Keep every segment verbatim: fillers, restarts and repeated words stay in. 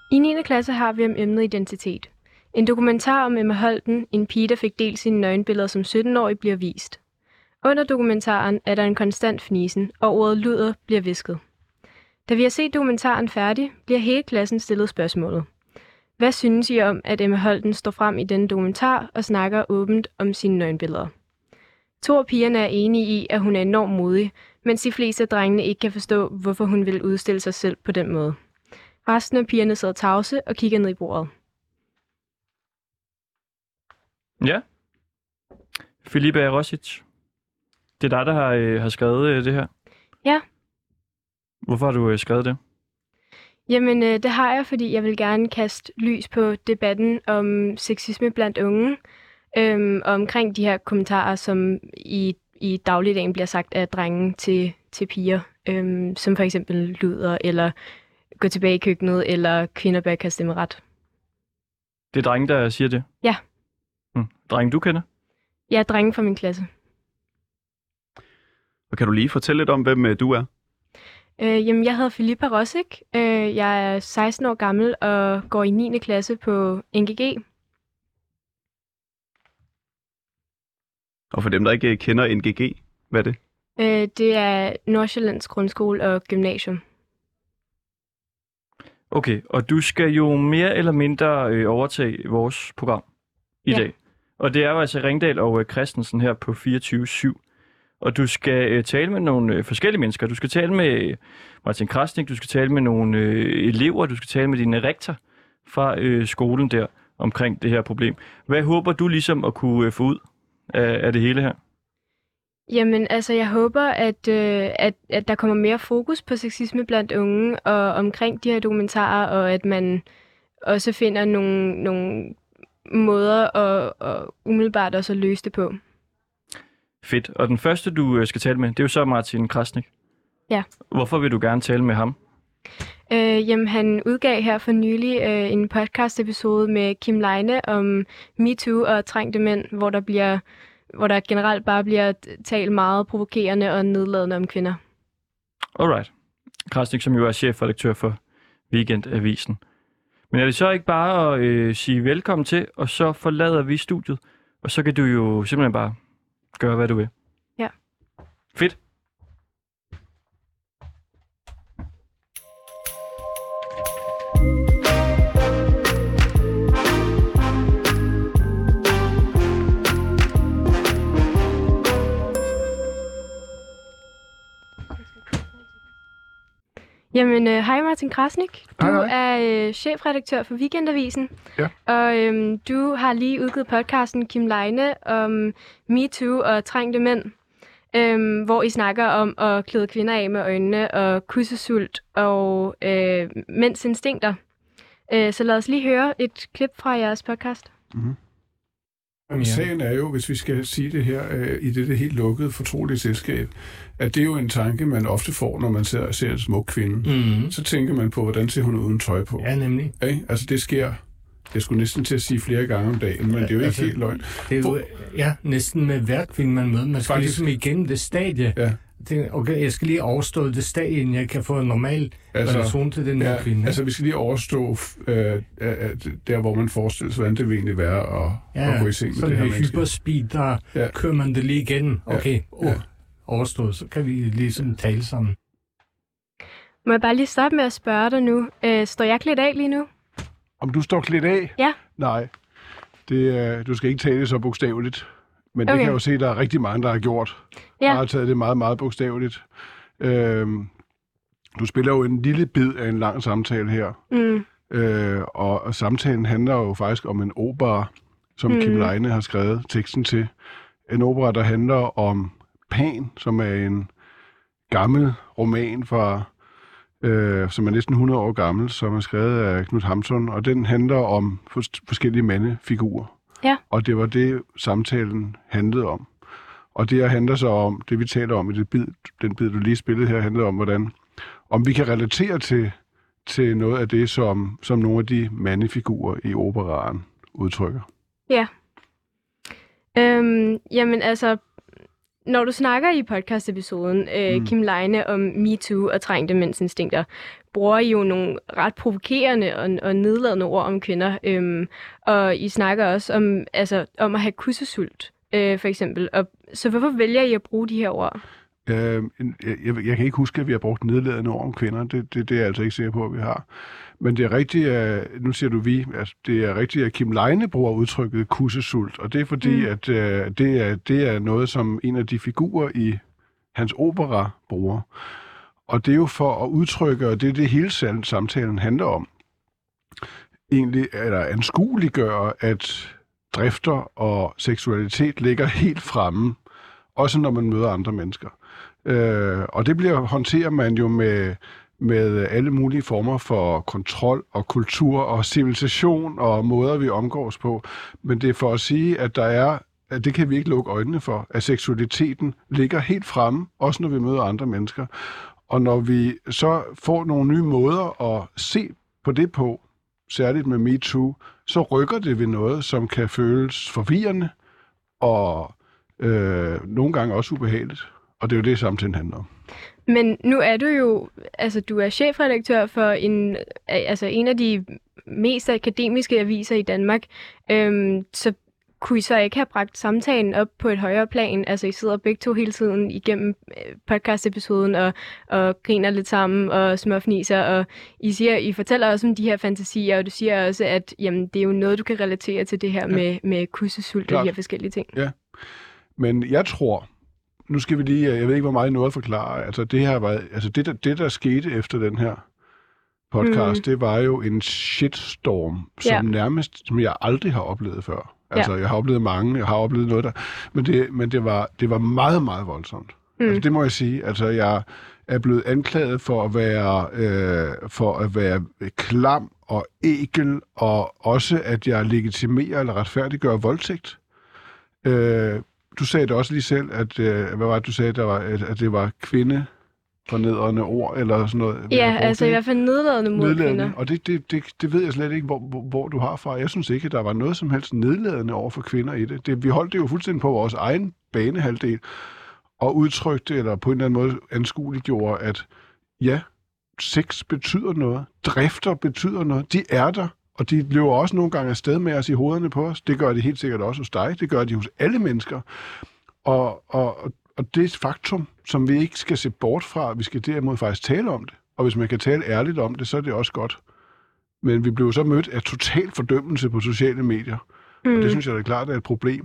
I niende klasse har vi om emnet identitet. En dokumentar om Emma Holten, en pige, der fik delt sine nøgenbilleder som sytten-årig, bliver vist. Under dokumentaren er der en konstant fnisen, og ordet luder bliver hvisket. Da vi har set dokumentaren færdig, bliver hele klassen stillet spørgsmålet. Hvad synes I om, at Emma Holten står frem i denne dokumentar og snakker åbent om sine nøgenbilleder? To af pigerne er enige i, at hun er enormt modig, mens de fleste af drengene ikke kan forstå, hvorfor hun vil udstille sig selv på den måde. Resten af pigerne sidder tavse og kigger ned i bordet. Ja. Filipa Rosic. Det er dig, der har, øh, har skrevet øh, det her? Ja. Hvorfor har du øh, skrevet det? Jamen, øh, det har jeg, fordi jeg vil gerne kaste lys på debatten om sexisme blandt unge, øhm, og omkring de her kommentarer, som i, i dagligdagen bliver sagt af drenge til, til piger, øhm, som for eksempel luder, eller gå tilbage i køkkenet, eller kvinder bør kan stemme ret. Det er drenge, der siger det? Ja. Hmm. Drenge, du kender? Ja, drenge fra min klasse. Og kan du lige fortælle lidt om, hvem øh, du er? Øh, jamen, jeg hedder Filipa Rosic. Øh, jeg er seksten år gammel og går i niende klasse på N G G. Og for dem, der ikke kender N G G, hvad er det? Øh, det er Nordsjællands Grundskole og Gymnasium. Okay, og du skal jo mere eller mindre øh, overtage vores program i ja. dag. Og det er jo altså Ringdal og øh, Christensen her på fireogtyve syv. Og du skal øh, tale med nogle øh, forskellige mennesker. Du skal tale med øh, Martin Krasnik, du skal tale med nogle øh, elever, du skal tale med din rektor fra øh, skolen der omkring det her problem. Hvad håber du ligesom at kunne øh, få ud af, af det hele her? Jamen, altså, jeg håber, at, øh, at, at der kommer mere fokus på sexisme blandt unge og omkring de her dokumentarer, og at man også finder nogle, nogle måder at, at umiddelbart også at løse det på. Fedt. Og den første, du skal tale med, det er jo så Martin Krasnik. Ja. Hvorfor vil du gerne tale med ham? Øh, jamen, han udgav her for nylig øh, en podcast-episode med Kim Leine om MeToo og trængte mænd, hvor der bliver, hvor der generelt bare bliver talt meget provokerende og nedladende om kvinder. Alright. Krasnik, som jo er chefredaktør for Weekendavisen. Men er det så ikke bare at øh, sige velkommen til, og så forlader vi studiet, og så kan du jo simpelthen bare gøre, hvad du vil. Ja. Fedt. Jamen, øh, hej Martin Krasnik. Du hej, hej. er øh, chefredaktør for Weekendavisen. Ja. Og øh, du har lige udgivet podcasten Kim Leine om MeToo og trængte mænd, øh, hvor I snakker om at klæde kvinder af med øjnene og kussesult og øh, mænds instinkter. Øh, så lad os lige høre et klip fra jeres podcast. Mm-hmm. Jamen, sagen er jo, hvis vi skal sige det her øh, i det, det helt lukkede, fortrolige selskab, at det er jo en tanke, man ofte får, når man ser, ser en smuk kvinde. Mm-hmm. Så tænker man på, hvordan ser hun uden tøj på. Ja, nemlig. Ja, altså det sker, jeg skulle næsten til at sige flere gange om dagen, men det er jo ikke altså, helt løgn. Det er jo, ja, næsten med hver kvinde, man møder. Man skal faktisk, ligesom igennem det stadie. Ja. Det, okay, jeg skal lige overstå det stadie, inden jeg kan få en normal altså, relation til den her ja, kvinde. Altså, vi skal lige overstå øh, der, hvor man forestiller sig, hvordan det vil egentlig være at, ja, at gå i seng med det her menneske. Så hyperspeed, der ja. kører man det lige igen. Okay, ja. oh, ja. overstået, så kan vi ligesom tale sammen. Må jeg bare lige stoppe med at spørge dig nu? Øh, står jeg klædt af lige nu? Om du står klædt af? Ja. Nej, det, øh, du skal ikke tage det så bogstaveligt. Men det okay. kan jeg jo se, at der er rigtig mange, der har gjort. Ja. Der har taget det meget, meget bogstaveligt. Øhm, du spiller jo en lille bid af en lang samtale her. Mm. Øh, og, og samtalen handler jo faktisk om en opera, som mm. Kim Leine har skrevet teksten til. En opera, der handler om Pan, som er en gammel roman, fra, øh, som er næsten hundrede år gammel, som er skrevet af Knut Hamsun. Og den handler om forskellige mandefigurer. Ja. Og det var det, samtalen handlede om. Og det her handler så om, det vi taler om i det bid, den bid, du lige spillede her, handler om, hvordan, om vi kan relatere til, til noget af det, som, som nogle af de mandefigurer i operaen udtrykker. Ja. Øhm, jamen altså, når du snakker i podcast-episoden, øh, mm. Kim Leine, om MeToo og trængte mænds instinkter, bruger I jo nogle ret provokerende og, og nedladende ord om kvinder. Øhm, og I snakker også om, altså, om at have kussesult, øh, for eksempel. Og, så hvorfor vælger I at bruge de her ord? Øh, jeg, jeg, jeg kan ikke huske, at vi har brugt nedladende ord om kvinder. Det, det, det er jeg altså ikke sikker på, at vi har. Men det er rigtigt, at, nu siger du vi, altså, det er rigtigt, at Kim Leine bruger udtrykket kussesult. Og det er fordi, mm. at øh, det, er, det er noget, som en af de figurer i hans opera bruger. Og det er jo for at udtrykke, og det er det hele samtalen handler om, egentlig, eller anskueliggøre, at drifter og seksualitet ligger helt fremme, også når man møder andre mennesker. Øh, og det bliver håndterer man jo med, med alle mulige former for kontrol og kultur og civilisation og måder, vi omgås på. Men det er for at sige, at der er, at det kan vi ikke lukke øjnene for, at seksualiteten ligger helt fremme, også når vi møder andre mennesker. Og når vi så får nogle nye måder at se på det på, særligt med MeToo, så rykker det ved noget, som kan føles forvirrende og øh, nogle gange også ubehageligt. Og det er jo det, samtalen handler om. Men nu er du jo, altså du er chefredaktør for en, altså en af de mest akademiske aviser i Danmark, øhm, så kunne I så ikke have bragt samtalen op på et højere plan? Altså, I sidder begge to hele tiden igennem podcast-episoden og, og griner lidt sammen og småfniser, og I, siger, I fortæller også om de her fantasier, og du siger også, at jamen, det er jo noget, du kan relatere til det her ja. med, med kussesult og de her forskellige ting. Ja, men jeg tror, nu skal vi lige, jeg ved ikke, hvor meget I nåede at forklare, altså det her var, altså det der, det, der skete efter den her podcast, mm. det var jo en shitstorm, som ja. nærmest, som jeg aldrig har oplevet før. Altså, ja. jeg har oplevet mange, jeg har oplevet noget der, men det, men det, var, det var meget, meget voldsomt. Mm. Altså, det må jeg sige. Altså, jeg er blevet anklaget for at være, øh, for at være klam og ækel, og også, at jeg legitimerer eller retfærdiggør voldtægt. Øh, du sagde det også lige selv, at, øh, hvad var det, du sagde, der var, at, at det var kvinde fornedrende ord, eller sådan noget. Ja, altså det? I hvert fald nedladende mod nedladende. kvinder. Og det, det, det, det ved jeg slet ikke, hvor, hvor, hvor du har fra. Jeg synes ikke, at der var noget som helst nedladende over for kvinder i det. det vi holdt det jo fuldstændig på vores egen banehalvdel, og udtrykte, eller på en eller anden måde anskueliggjorde, at ja, sex betyder noget, drifter betyder noget, de er der, og de løber også nogle gange afsted med os i hovederne på os. Det gør de helt sikkert også hos dig, det gør de hos alle mennesker. Og, og Og det er et faktum, som vi ikke skal se bort fra. Vi skal derimod faktisk tale om det. Og hvis man kan tale ærligt om det, så er det også godt. Men vi blev så mødt af total fordømmelse på sociale medier. Mm. Og det synes jeg da klart er et problem.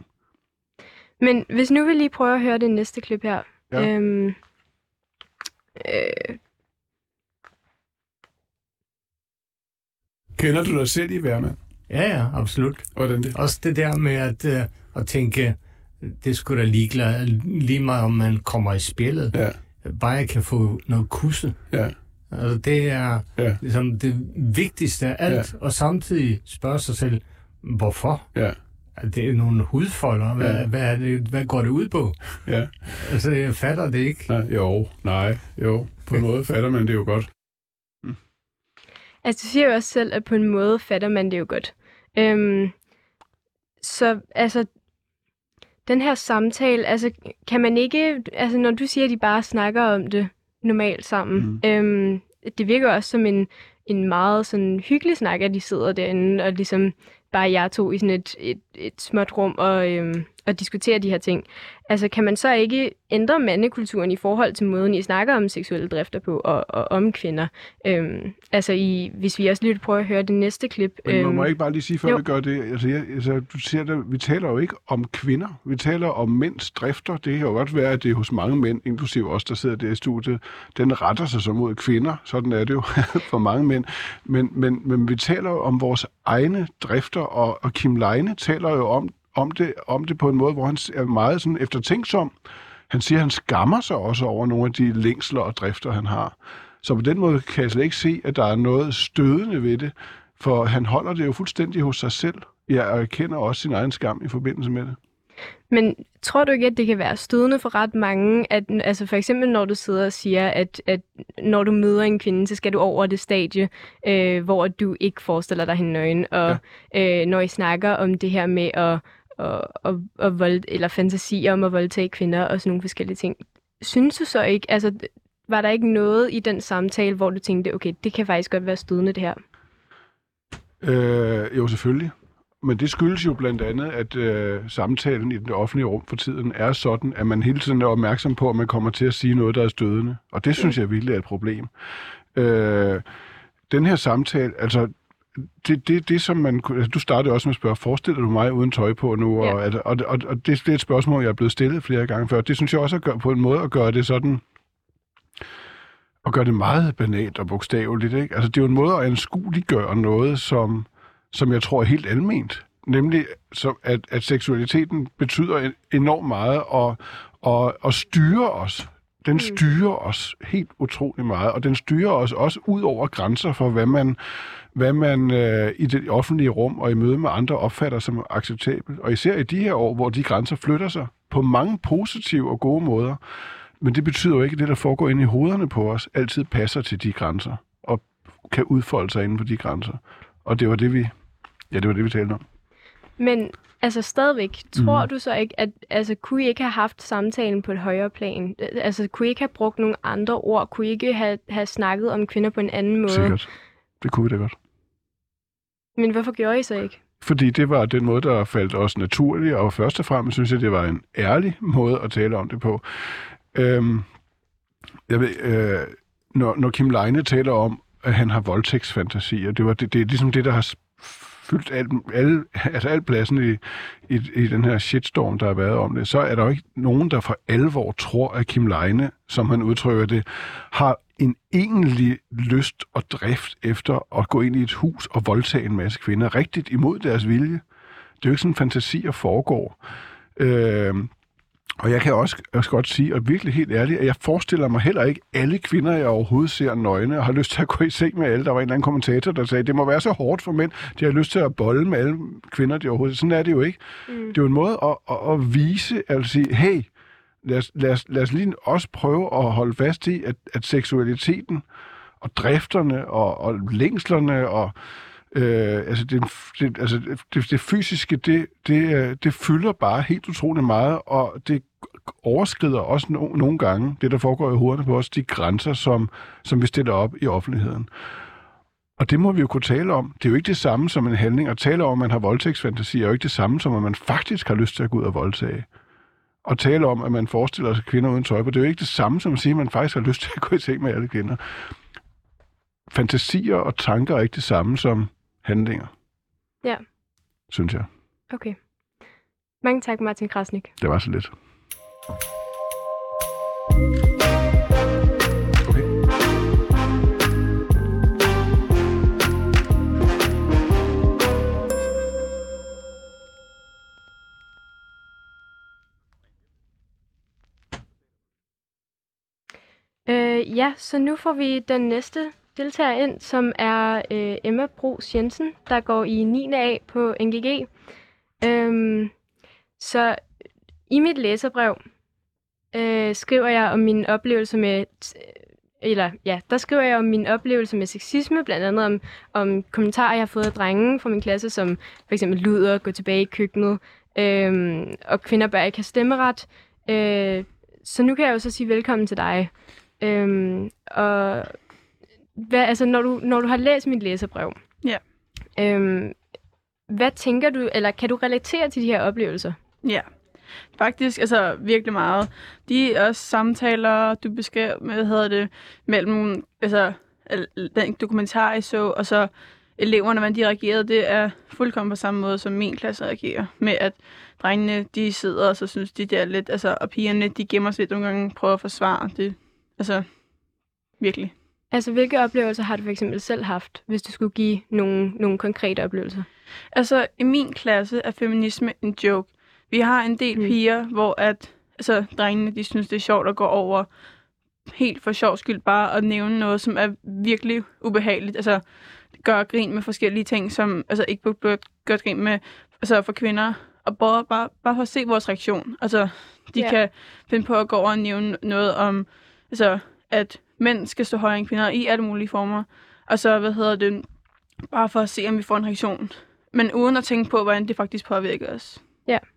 Men hvis nu vi lige prøver at høre det næste klip her. Ja. Øhm, øh... Kender du dig selv i værmand? Ja, ja, absolut. Hvordan det? Også det der med at, uh, at tænke, det skulle da lige, lige meget, om man kommer i spillet. Ja. Bare jeg kan få noget kusse. Ja. Altså, det er ja. ligesom det vigtigste af alt. Ja. Og samtidig spørge sig selv, hvorfor? Ja. Det er nogle hudfolder. Hvad, ja. hvad, er det, hvad går det ud på? Ja. Altså, jeg fatter det ikke. Nej, jo, nej, jo. På en måde fatter man det jo godt. Mm. Altså, du siger jo også selv, at på en måde fatter man det jo godt. Øhm, så, altså, den her samtale, altså, kan man ikke, altså, når du siger, at de bare snakker om det normalt sammen, mm. øhm, det virker også som en, en meget sådan hyggelig snak, at de sidder derinde, og ligesom bare jer to i sådan et, et, et småt rum og, øhm, og diskuterer de her ting. Altså, kan man så ikke ændre mandekulturen i forhold til måden, I snakker om seksuelle drifter på, og, og om kvinder? Øhm, altså, I, hvis vi også lige prøver at høre det næste klip. Men man øhm, må ikke bare lige sige, før jo. vi gør det. Altså, jeg, altså, du siger det, vi taler jo ikke om kvinder. Vi taler om mænds drifter. Det kan jo godt være, at det er hos mange mænd, inklusive os, der sidder der i studiet, den retter sig så mod kvinder. Sådan er det jo for mange mænd. Men, men, men vi taler jo om vores egne drifter, og, og Kim Leine taler jo om, om, det, om det på en måde, hvor han er meget sådan eftertænksom. Han siger, at han skammer sig også over nogle af de længsler og drifter, han har. Så på den måde kan jeg slet ikke se, at der er noget stødende ved det, for han holder det jo fuldstændig hos sig selv. Ja, og erkender også sin egen skam i forbindelse med det. Men tror du ikke, at det kan være stødende for ret mange, at altså for eksempel når du sidder og siger, at, at når du møder en kvinde, så skal du over det stadie, øh, hvor du ikke forestiller dig hende nøgen, og ja. øh, når I snakker om det her med at og, og, og vold, eller fantasier om at voldtage kvinder og sådan nogle forskellige ting. Synes du så ikke, altså var der ikke noget i den samtale, hvor du tænkte, okay, det kan faktisk godt være stødende det her? Øh, jo, selvfølgelig. Men det skyldes jo blandt andet, at øh, samtalen i det offentlige rum for tiden er sådan, at man hele tiden er opmærksom på, at man kommer til at sige noget, der er stødende. Og det synes jeg virkelig er et problem. Øh, den her samtale, altså det, det, det som man... Altså, du startede også med at spørge, forestiller du mig uden tøj på nu? Ja. Og, og, og, og det, det er et spørgsmål, jeg er blevet stillet flere gange før. Det synes jeg også er gør, på en måde at gøre det sådan... Og gøre det meget banalt og bogstaveligt, ikke? Altså det er jo en måde at anskueliggøre noget, som... som jeg tror er helt alment, nemlig så at, at seksualiteten betyder enormt meget og, og, og styrer os. Den styrer os helt utrolig meget, og den styrer os også ud over grænser for, hvad man, hvad man øh, i det offentlige rum og i møde med andre opfatter som acceptabelt. Og især i de her år, hvor de grænser flytter sig på mange positive og gode måder. Men det betyder jo ikke, at det, der foregår inde i hovederne på os, altid passer til de grænser og kan udfolde sig inden for de grænser. Og det var det, vi, ja, det var det, vi talte om. Men altså stadigvæk, tror mm. du så ikke, at altså, kunne I ikke have haft samtalen på et højere plan? Altså, kunne I ikke have brugt nogle andre ord? Kunne I ikke have, have snakket om kvinder på en anden måde? Sikkert. Det kunne vi da godt. Men hvorfor gjorde I så ikke? Fordi det var den måde, der faldt os naturligt, og først og fremmest synes jeg, det var en ærlig måde at tale om det på. Øhm, jeg ved, øh, når, når Kim Leine taler om, at han har voldtægtsfantasier, det, var, det, det er ligesom det, der har fyldt al, al, altså al pladsen i, i, i den her shitstorm, der har været om det, så er der jo ikke nogen, der for alvor tror, at Kim Leine, som han udtrykker det, har en egentlig lyst og drift efter at gå ind i et hus og voldtage en masse kvinder rigtigt imod deres vilje. Det er jo ikke sådan en fantasi, at foregår. Øh, Og jeg kan også, også godt sige, og virkelig helt ærligt, at jeg forestiller mig heller ikke alle kvinder, jeg overhovedet ser nøgne, og har lyst til at gå i seng med alle. Der var en eller anden kommentator, der sagde, det må være så hårdt for mænd, de har lyst til at bolle med alle kvinder, de overhovedet. Sådan er det jo ikke. Mm. Det er jo en måde at, at, at vise, altså sige, hey, lad os, lad, os, lad os lige også prøve at holde fast i, at, at seksualiteten og drifterne og, og længslerne og Øh, altså, det, det, altså det, det fysiske, det, det, det fylder bare helt utroligt meget, og det overskrider også no, nogle gange, det der foregår i hovederne på os, de grænser, som, som vi stiller op i offentligheden. Og det må vi jo kunne tale om. Det er jo ikke det samme som en handling. At tale om, at man har voldtægtsfantasi, er jo ikke det samme som, at man faktisk har lyst til at gå ud og voldtage. Og tale om, at man forestiller sig kvinder uden tøj på, det er jo ikke det samme som at sige, at man faktisk har lyst til at gå i seng med alle kvinder. Fantasier og tanker er ikke det samme som handlinger. Ja. Synes jeg. Okay. Mange tak, Martin Krasnik. Det var så lidt. Okay. Øh, ja, så nu får vi den næste deltager ind, som er øh, Emma Bruus Jensen, der går i niende A på N G G. Øhm, så i mit læserbrev øh, skriver jeg om min oplevelse med, eller ja, der skriver jeg om min oplevelse med sexisme, blandt andet om, om kommentarer, jeg har fået af drenge fra min klasse, som for eksempel luder, gå tilbage i køkkenet, øh, og kvinder bør ikke have stemmeret. Øh, så nu kan jeg jo så sige velkommen til dig. Øh, og Hvad, altså, når du, når du har læst mit læserbrev, ja. øhm, hvad tænker du, eller kan du relatere til de her oplevelser? Ja, faktisk altså virkelig meget. De også samtaler, du beskrev, hvad hedder det, mellem altså, den dokumentar, jeg så, og så eleverne, hvordan de reagerede, det er fuldkommen på samme måde, som min klasse reagerer. Med at drengene, de sidder, og så synes de, det er lidt, altså, og pigerne, de gemmer sig lidt nogle gange, prøver at forsvare det. Altså, virkelig. Altså, hvilke oplevelser har du for eksempel selv haft, hvis du skulle give nogle, nogle konkrete oplevelser? Altså, i min klasse er feminisme en joke. Vi har en del mm. piger, hvor at, altså, drengene, de synes, det er sjovt at gå over helt for sjov skyld bare at nævne noget, som er virkelig ubehageligt. Altså, gøre grin med forskellige ting, som altså ikke burde gøre grin med altså for kvinder, og bare, bare, bare for at se vores reaktion. Altså, de yeah. kan finde på at gå over og nævne noget om, altså, at mænd skal stå højere end kvinder i alle mulige former. Og så, hvad hedder det, bare for at se, om vi får en reaktion. Men uden at tænke på, hvordan det faktisk påvirker os. Ja.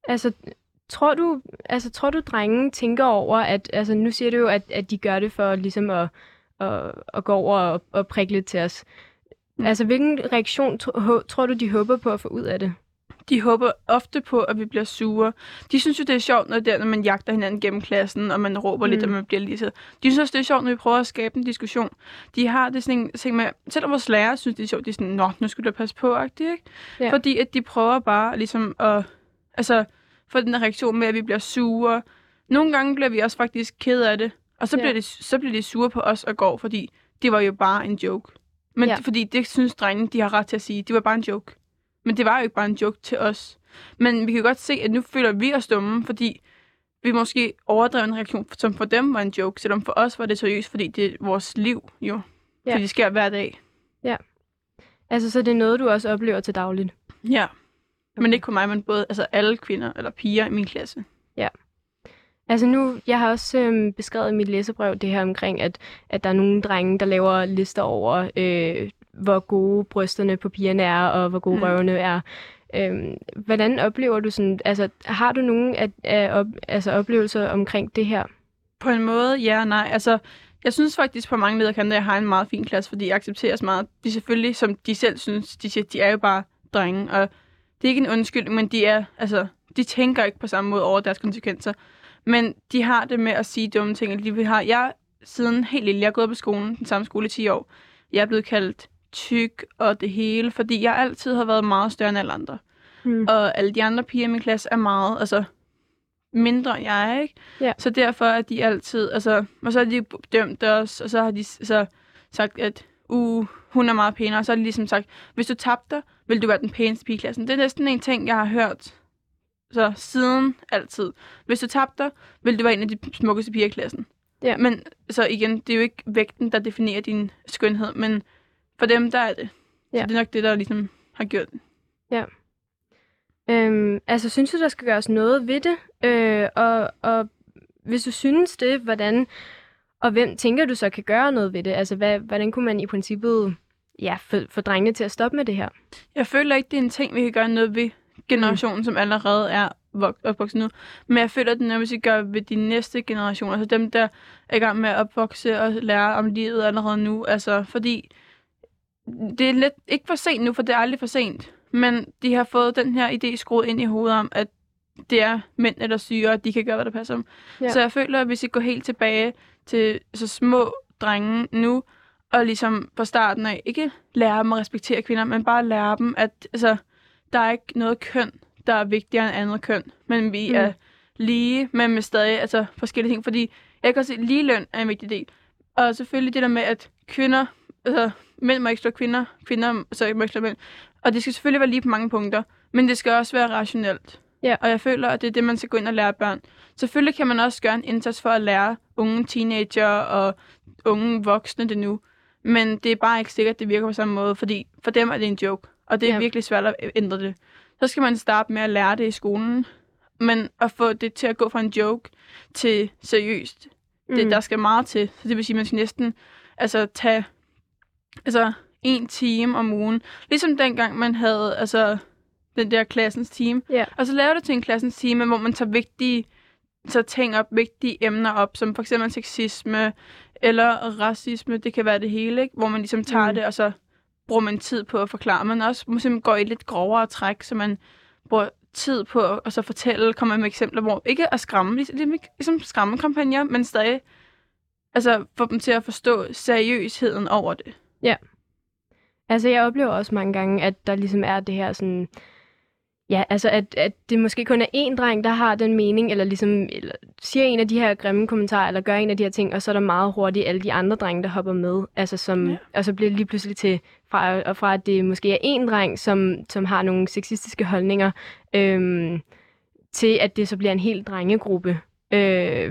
Altså, tror du, altså, tror du drenge tænker over, at, altså, nu siger du jo, at, at de gør det for ligesom at, at, at gå over og, og prikke lidt til os. Mm. Altså, hvilken reaktion tro, tror du, de håber på at få ud af det? De håber ofte på, at vi bliver sure. De synes jo, det er sjovt, når, der, når man jagter hinanden gennem klassen, og man råber mm. lidt, og man bliver lige så. De synes også, det er sjovt, når vi prøver at skabe en diskussion. De har det sådan en med, selvom vores lærere synes, det er sjovt, de er sådan, nå, nu skal du passe på, ikke? Ja. Fordi at de prøver bare ligesom at altså, få den reaktion med, at vi bliver sure. Nogle gange bliver vi også faktisk ked af det, og så, ja. bliver, det, så bliver de sure på os og går, fordi det var jo bare en joke. Men ja. fordi det synes drengene, de har ret til at sige, det var bare en joke. Men det var jo ikke bare en joke til os. Men vi kan godt se, at nu føler vi os dumme, fordi vi måske overdrev en reaktion, som for dem var en joke, selvom for os var det seriøst, fordi det er vores liv jo. Ja. Fordi det sker hver dag. Ja. Altså, så det er noget, du også oplever til dagligt? Ja. Okay. Men ikke kun mig, men både altså alle kvinder eller piger i min klasse. Ja. Altså nu, jeg har også øhm, beskrevet i mit læsebrev det her omkring, at, at der er nogle drenge, der laver lister over, øh, hvor gode brysterne på pigerne er, og hvor gode mm. røvene er. Øhm, hvordan oplever du sådan, altså har du nogle af, af op, altså, oplevelser omkring det her? På en måde, ja og nej. Altså, jeg synes faktisk på mange lederkanter, jeg har en meget fin klasse, fordi jeg accepterer så meget. De selvfølgelig, som de selv synes, de siger, de er jo bare drenge, og det er ikke en undskyldning, men de er, altså, de tænker ikke på samme måde over deres konsekvenser. Men de har det med at sige dumme ting. De vil have, jeg siden helt lille, jeg har gået på skolen, den samme skole i ti år. Jeg er blevet kaldt tyk og det hele, fordi jeg altid har været meget større end alle andre. Mm. Og alle de andre piger i min klasse er meget, altså mindre end jeg er, ikke? Yeah. Så derfor er de altid, altså, og så har de dømt os, og så har de så sagt, at uh, hun er meget pænere, og så har de ligesom sagt, hvis du tabte dig, vil du være den pæneste pige i klassen. Det er næsten en ting, jeg har hørt så siden altid. Hvis du tabte dig, vil du være en af de smukkeste piger i klassen. Yeah. Men så igen, det er jo ikke vægten, der definerer din skønhed, men for dem, der er det. Ja. Så det er nok det, der ligesom har gjort det. Ja. Øhm, altså, synes du, der skal gøres noget ved det? Øh, og, og hvis du synes det, hvordan og hvem tænker du så kan gøre noget ved det? Altså, hvad, hvordan kunne man i princippet ja, få, få drengene til at stoppe med det her? Jeg føler ikke, det er en ting, vi kan gøre noget ved generationen, mm. som allerede er opvokset nu. Men jeg føler, at det er noget, vi skal gøre ved de næste generationer. Altså dem, der er i gang med at opvokse og lære om livet allerede nu. Altså, fordi det er lidt ikke for sent nu, for det er aldrig for sent. Men de har fået den her idé skruet ind i hovedet om, at det er mænd eller syge, og de kan gøre, hvad der passer dem. Ja. Så jeg føler, at hvis vi går helt tilbage til så små drenge nu, og ligesom på starten af ikke lære dem at respektere kvinder, men bare lære dem, at altså, der er ikke noget køn, der er vigtigere end andet køn. Men vi mm. er lige, men med stadig altså, forskellige ting. Fordi jeg kan også se, at ligeløn er en vigtig del. Og selvfølgelig det der med, at kvinder, altså mænd må ikke slå kvinder, kvinder så må ikke slå mænd. Og det skal selvfølgelig være lige på mange punkter, men det skal også være rationelt. Yeah. Og jeg føler, at det er det, man skal gå ind og lære børn. Selvfølgelig kan man også gøre en indsats for at lære unge teenager og unge voksne det nu. Men det er bare ikke sikkert, at det virker på samme måde, fordi for dem er det en joke. Og det er yeah. virkelig svært at ændre det. Så skal man starte med at lære det i skolen. Men at få det til at gå fra en joke til seriøst, mm. det, der skal meget til. Så det vil sige, at man skal næsten altså, tage altså, en time om ugen. Ligesom dengang man havde altså, den der klassens time. Yeah. Og så laver det til en klassens time, hvor man tager vigtige så ting op, vigtige emner op, som for eksempel sexisme eller racisme. Det kan være det hele, ikke? Hvor man ligesom tager mm. det, og så bruger man tid på at forklare. Man også måske går i lidt grovere træk, så man bruger tid på at så fortælle, kommer med eksempler, hvor ikke at skræmme, ligesom, ligesom skræmmekampagner, men stadig altså, få dem til at forstå seriøsheden over det. Ja. Altså, jeg oplever også mange gange, at der ligesom er det her sådan, ja, altså, at, at det måske kun er én dreng, der har den mening, eller ligesom eller siger en af de her grimme kommentarer, eller gør en af de her ting, og så er der meget hurtigt alle de andre drenge, der hopper med, altså som, ja. Og så bliver det lige pludselig til, fra, og fra at det måske er én dreng, som, som har nogle sexistiske holdninger, øhm, til at det så bliver en hel drengegruppe. Øh,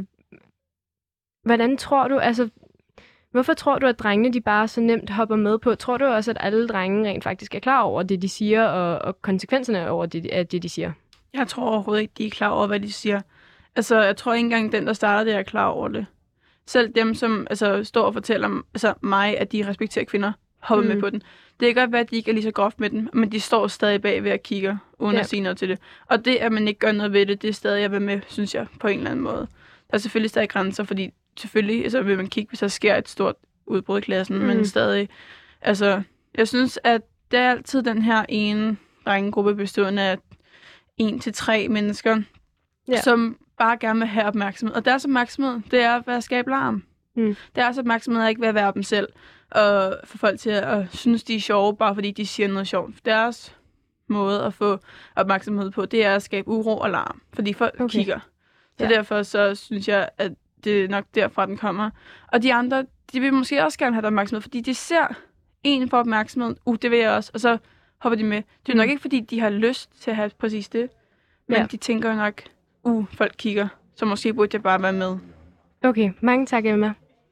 hvordan tror du, altså, hvorfor tror du, at drengene de bare så nemt hopper med på? Tror du også, at alle drenge rent faktisk er klar over det, de siger, og, og konsekvenserne over det, af det, de siger? Jeg tror overhovedet ikke, de er klar over, hvad de siger. Altså, jeg tror ikke engang, den, der starter det, er klar over det. Selv dem, som altså, står og fortæller altså, mig, at de respekterer kvinder, hopper Mm. med på den. Det kan godt være, at de ikke er lige så groft med den, men de står stadig bag ved at kigge, uden Ja. at sige noget til det. Og det, at man ikke gør noget ved det, det er stadig at være med, synes jeg, på en eller anden måde. Der er selvfølgelig stadig grænser, fordi selvfølgelig altså, vil man kigge, hvis der sker et stort udbrud i klassen, mm. men stadig, altså, jeg synes, at det er altid den her ene drengegruppe bestående af en til tre mennesker, ja. som bare gerne vil have opmærksomhed. Og deres opmærksomhed, det er at være skabe larm. Mm. Deres opmærksomhed er ikke ved at være dem selv, og få folk til at synes, de er sjove, bare fordi de siger noget sjovt. Deres måde at få opmærksomhed på, det er at skabe uro og larm, fordi folk okay. kigger. Så ja. derfor så synes jeg, at det er nok derfra, den kommer. Og de andre, de vil måske også gerne have opmærksomhed, fordi de ser en for opmærksomhed, uh, det vil jeg også, og så hopper de med. Det er nok ikke, fordi de har lyst til at have præcis det, men ja. de tænker jo nok, uh, folk kigger, så måske burde jeg bare være med. Okay, mange tak, Emma.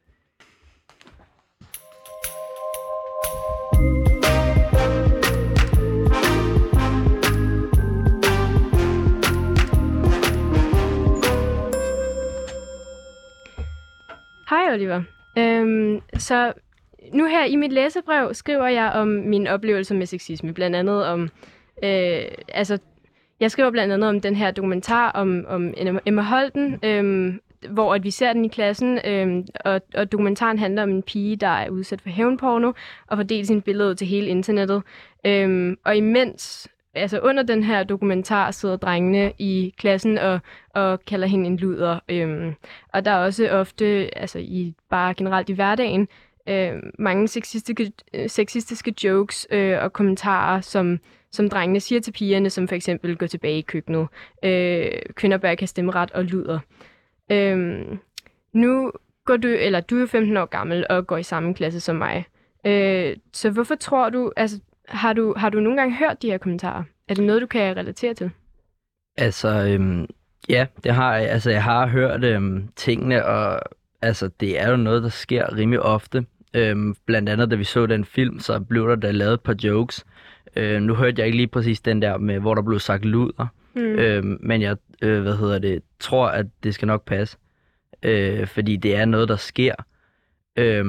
Hej Oliver. Øhm, så nu her i mit læsebrev skriver jeg om mine oplevelser med sexisme, blandt andet om, øh, altså, jeg skriver blandt andet om den her dokumentar om, om Emma Holten, øh, hvor at vi ser den i klassen, øh, og, og dokumentaren handler om en pige, der er udsat for hævnporno, og får delt sin billede til hele internettet. Øh, og imens, altså under den her dokumentar, sidder drengene i klassen og, og kalder hende en luder. Øh, og der er også ofte, altså i, bare generelt i hverdagen, øh, mange sexistiske, sexistiske jokes øh, og kommentarer, som som drengene siger til pigerne, som for eksempel går tilbage i køkkenet. Øh, kvinder bør ikke have stemmeret og luder. Øh, nu går du, eller du er jo femten år gammel og går i samme klasse som mig. Øh, så hvorfor tror du, altså har du, har du nogle gange hørt de her kommentarer? Er det noget, du kan relatere til? Altså, øhm, ja, det har jeg. Altså, jeg har hørt øhm, tingene, og altså, det er jo noget, der sker rimelig ofte. Øhm, blandt andet, da vi så den film, så blev der da lavet et par jokes. Øh, nu hørte jeg ikke lige præcis den der med, hvor der blev sagt luder. Mm. Øh, men jeg øh, hvad hedder det, tror, at det skal nok passe. Øh, fordi det er noget, der sker. Øh,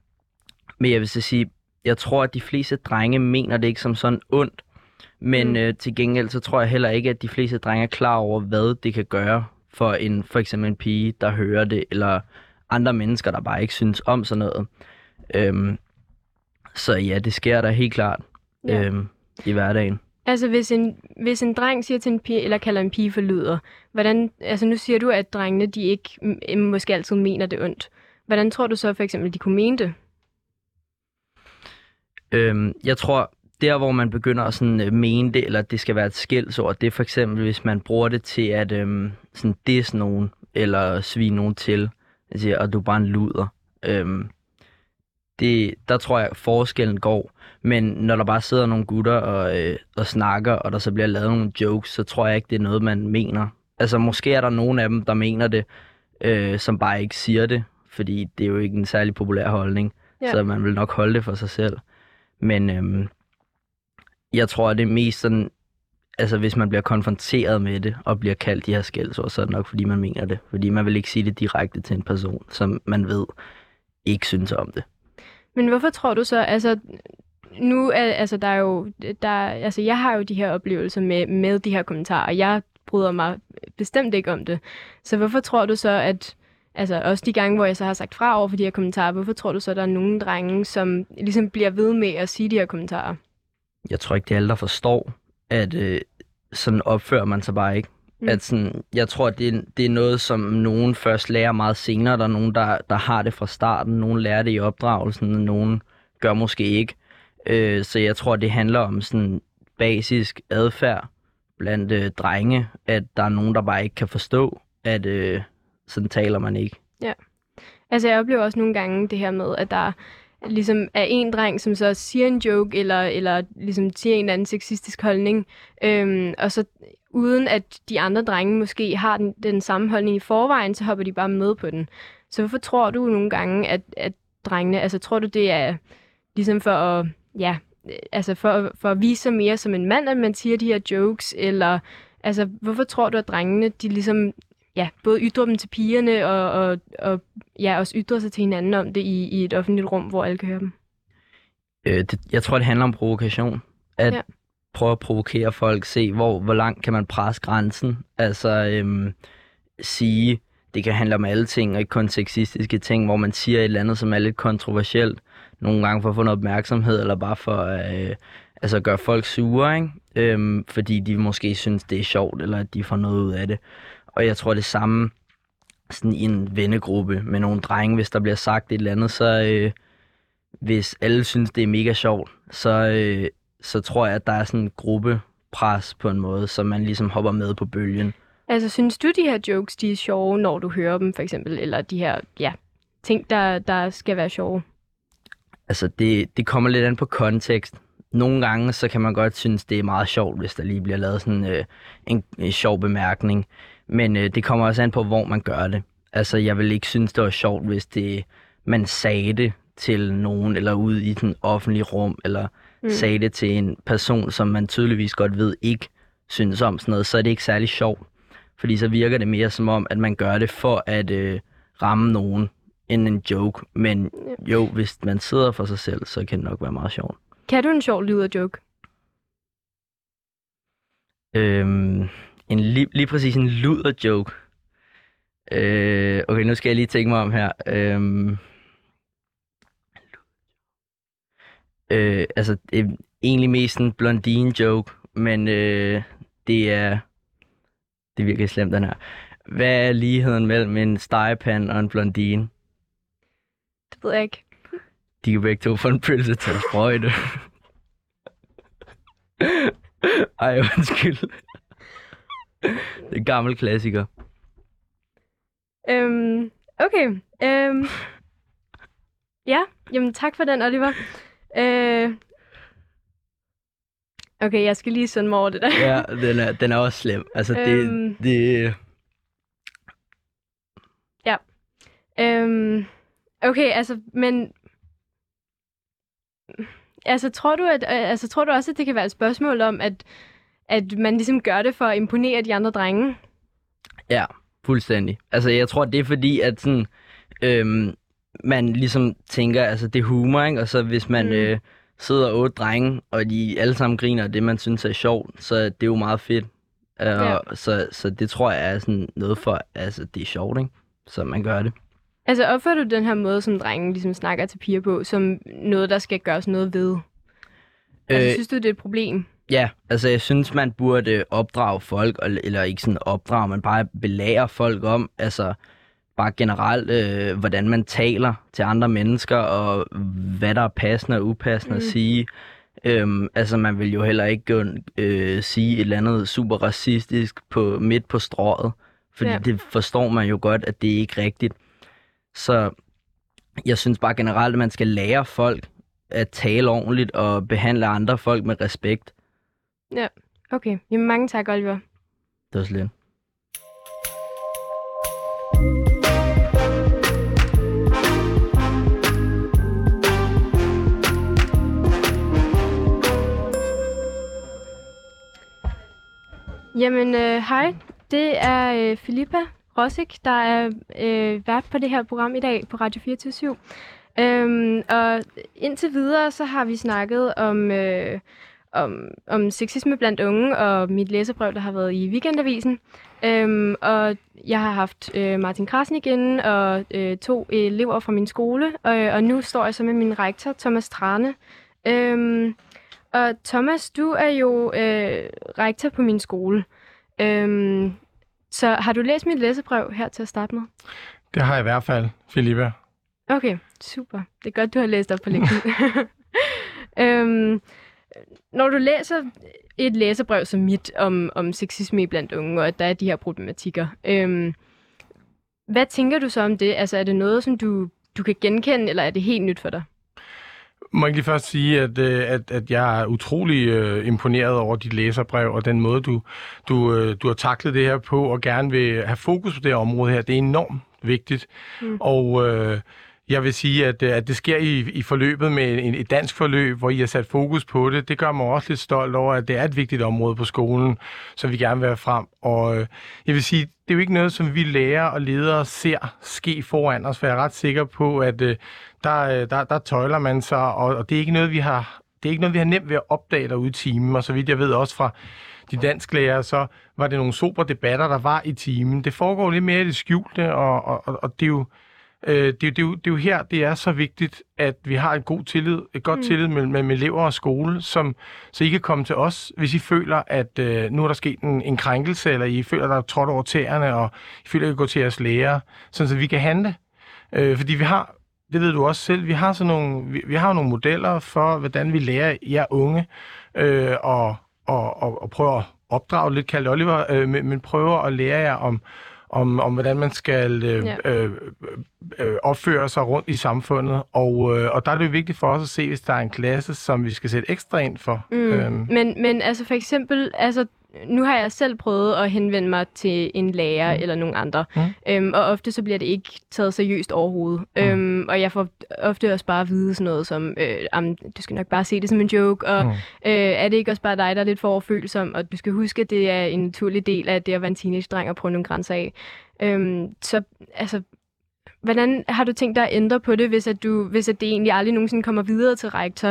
men jeg vil så sige, jeg tror, at de fleste drenge mener det ikke som sådan ondt. Men mm. øh, til gengæld, så tror jeg heller ikke, at de fleste drenge er klar over, hvad det kan gøre for en for eksempel en pige, der hører det, eller andre mennesker, der bare ikke synes om sådan noget. Øh, så ja, det sker der helt klart. Ja. Øhm, i hverdagen. Altså, hvis en, hvis en dreng siger til en pige, eller kalder en pige for luder, hvordan, altså nu siger du, at drengene, de ikke m- måske altid mener det ondt. Hvordan tror du så for eksempel, de kunne mene det? Øhm, jeg tror, der hvor man begynder at sådan, øh, mene det, eller det skal være et skældsord, det er for eksempel, hvis man bruger det til at øhm, sådan disse nogen, eller svine nogen til, altså, og du er bare en luder. Øhm, det, der tror jeg, forskellen går. Men når der bare sidder nogle gutter og, øh, og snakker, og der så bliver lavet nogle jokes, så tror jeg ikke, det er noget, man mener. Altså, måske er der nogen af dem, der mener det, øh, som bare ikke siger det, fordi det er jo ikke en særlig populær holdning. Ja. Så man vil nok holde det for sig selv. Men øh, jeg tror, at det er mest sådan, altså hvis man bliver konfronteret med det, og bliver kaldt de her skældsord, så er det nok, fordi man mener det. Fordi man vil ikke sige det direkte til en person, som man ved ikke synes om det. Men hvorfor tror du så, altså... Nu er altså der er jo der altså jeg har jo de her oplevelser med med de her kommentarer, og jeg bryder mig bestemt ikke om det. Så hvorfor tror du så at altså også de gange hvor jeg så har sagt fra over for de her kommentarer, hvorfor tror du så at der er nogle drenge som ligesom bliver ved med at sige de her kommentarer? Jeg tror ikke det er alle der forstår at øh, sådan opfører man sig bare ikke. Mm. At sådan, jeg tror at det er, det er noget som nogen først lærer meget senere. Der er nogen der der har det fra starten, nogen lærer det i opdragelsen, nogen gør måske ikke. Så jeg tror, det handler om sådan basisk adfærd blandt øh, drenge, at der er nogen, der bare ikke kan forstå, at øh, sådan taler man ikke. Ja, altså jeg oplever også nogle gange det her med, at der ligesom er en dreng, som så siger en joke, eller, eller ligesom siger en eller anden sexistisk holdning, øhm, og så uden at de andre drenge måske har den, den samme holdning i forvejen, så hopper de bare med på den. Så hvorfor tror du nogle gange, at, at drengene, altså tror du det er ligesom for at ja, altså for, for at vise sig mere som en mand, at man siger de her jokes, eller altså, hvorfor tror du, at drengene, de ligesom, ja, både ytrer dem til pigerne, og, og, og ja, også ytrer sig til hinanden om det i, i et offentligt rum, hvor alle kan høre dem? Øh, det, jeg tror, det handler om provokation. At ja. prøve at provokere folk, se, hvor, hvor langt kan man presse grænsen. Altså øhm, sige, det kan handle om alle ting, og ikke kun sexistiske ting, hvor man siger et eller andet, som er lidt kontroversielt. Nogle gange for at få noget opmærksomhed, eller bare for at øh, altså gøre folk sure, ikke? Øhm, fordi de måske synes, det er sjovt, eller at de får noget ud af det. Og jeg tror, det samme sådan i en vennegruppe med nogle drenge, hvis der bliver sagt et eller andet, så øh, hvis alle synes, det er mega sjovt, så, øh, så tror jeg, at der er sådan en gruppepres på en måde, så man ligesom hopper med på bølgen. Altså, synes du, de her jokes, de er sjove, når du hører dem, for eksempel? Eller de her, ja, ting, der, der skal være sjove? Altså, det, det kommer lidt an på kontekst. Nogle gange, så kan man godt synes, det er meget sjovt, hvis der lige bliver lavet sådan øh, en, en sjov bemærkning. Men øh, det kommer også an på, hvor man gør det. Altså, jeg vil ikke synes, det var sjovt, hvis det, man sagde det til nogen, eller ude i den offentlige rum, eller mm. sagde det til en person, som man tydeligvis godt ved ikke synes om sådan noget, så er det ikke særlig sjovt. Fordi så virker det mere som om, at man gør det for at øh, ramme nogen, end en joke. Men jo, hvis man sidder for sig selv, så kan det nok være meget sjovt. Kan du en sjov luder-joke? Øhm, en lige, lige præcis en luder-joke. Øh, okay, nu skal jeg lige tænke mig om her. Øhm, øh, altså, det er egentlig mest en blondine-joke, men øh, det er... Det er virkelig slemt, den her. Hvad er ligheden mellem en stegepande og en blondine? Det ved jeg ikke. De kan begge to få en pølse til en sprøjte. Ej, undskyld. Det er en gammel klassiker. Øhm, okay. Øhm, ja, jamen tak for den, Oliver. Øh, okay, jeg skal lige sunde mig over det der. Ja, den er, den er også slem. Altså, det... Øhm, det... Ja. Øhm, okay, altså, men... Altså, tror du, at, altså, tror du også, at det kan være et spørgsmål om, at, at man ligesom gør det for at imponere de andre drenge? Ja, fuldstændig. Altså, jeg tror, det er fordi, at sådan, øhm, man ligesom tænker, altså, det er humor, ikke? Og så hvis man... Mm. Øh, sidder otte drenge, og de alle sammen griner af det, man synes er sjovt, så det er jo meget fedt. Uh, ja. så, så det tror jeg er sådan noget for, altså det er sjovt, ikke? Så man gør det. Altså opfører du den her måde, som drengen ligesom snakker til piger på, som noget, der skal gøres noget ved? Altså øh, synes du, det er et problem? Ja, altså jeg synes, man burde opdrage folk, eller ikke sådan opdrage, men bare belære folk om, altså bare generelt, øh, hvordan man taler til andre mennesker, og hvad der er passende og upassende mm. at sige. Øhm, altså, man vil jo heller ikke øh, sige et eller andet super racistisk på, midt på strået, fordi ja. det forstår man jo godt, at det er ikke rigtigt. Så jeg synes bare generelt, at man skal lære folk at tale ordentligt og behandle andre folk med respekt. Ja, okay. Jamen, mange tak, Oliver. Det var så lidt. Jamen, øh, hej. Det er øh, Filippa Rossik, der er øh, vært på det her program i dag på Radio fireogtyve syv. Øhm, og indtil videre, så har vi snakket om, øh, om, om sexisme blandt unge, og mit læserbrev, der har været i Weekendavisen. Øhm, og jeg har haft øh, Martin Krasnik inde, og øh, to elever fra min skole, og, og nu står jeg så med min rektor, Thomas Trane. Øhm, og Thomas, du er jo øh, rektor på min skole. Øhm, så har du læst mit læsebrev her til at starte med? Det har jeg i hvert fald, Filippa. Okay, super. Det er godt, du har læst op på lektionen. øhm, når du læser et læserbrev som mit om, om sexisme blandt unge, og at der er de her problematikker, øhm, hvad tænker du så om det? Altså, er det noget, som du, du kan genkende, eller er det helt nyt for dig? Må jeg lige først sige, at, at, at jeg er utrolig øh, imponeret over dit læserbrev, og den måde, du, du, øh, du har taklet det her på, og gerne vil have fokus på det her område her. Det er enormt vigtigt. Mm. Og øh, Jeg vil sige, at, at det sker i, i forløbet med en, et dansk forløb, hvor I har sat fokus på det. Det gør mig også lidt stolt over, at det er et vigtigt område på skolen, som vi gerne vil have frem. Og øh, jeg vil sige, det er jo ikke noget, som vi lærer og ledere ser ske foran os, for jeg er ret sikker på, at øh, der, der, der tøjler man sig, og, og det er ikke noget, vi har, det er ikke noget, vi har nemt ved at opdage derude i timen. Og så vidt jeg ved også fra de dansklærer, så var det nogle super debatter, der var i timen. Det foregår lidt mere i det skjulte, og, og, og det er jo Øh, det, det, det, det er jo her, det er så vigtigt, at vi har en god tillid, et godt mm. tillid mellem, mellem elever og skole, som, så I kan komme til os, hvis I føler, at øh, nu er der sket en, en krænkelse, eller I føler, at der er trådt over tæerne, og I føler, at I kan gå til jeres lærer, sådan så vi kan handle. Øh, fordi vi har, det ved du også selv, vi har sådan nogle, vi, vi har nogle modeller for, hvordan vi lærer jer unge, øh, og, og, og, og prøver at opdrage lidt, kaldt Oliver, øh, men, men prøver at lære jer om Om, om hvordan man skal øh, ja. øh, øh, opføre sig rundt i samfundet. Og, øh, og der er det jo vigtigt for os at se, hvis der er en klasse, som vi skal sætte ekstra ind for. Mm. Øhm. Men, men altså for eksempel, altså, nu har jeg selv prøvet at henvende mig til en lærer mm. eller nogen andre, mm. øhm, og ofte så bliver det ikke taget seriøst overhovedet. Mm. Øhm, og jeg får ofte også bare at vide sådan noget som, øh, du skal nok bare se det som en joke, og mm. øh, er det ikke også bare dig, der er lidt for overfølsom, og du skal huske, at det er en naturlig del af det at være en teenage-dreng og prøve nogle grænser af. Øhm, så altså, hvordan har du tænkt dig at ændre på det, hvis, at du, hvis at det egentlig aldrig nogensinde kommer videre til rektor?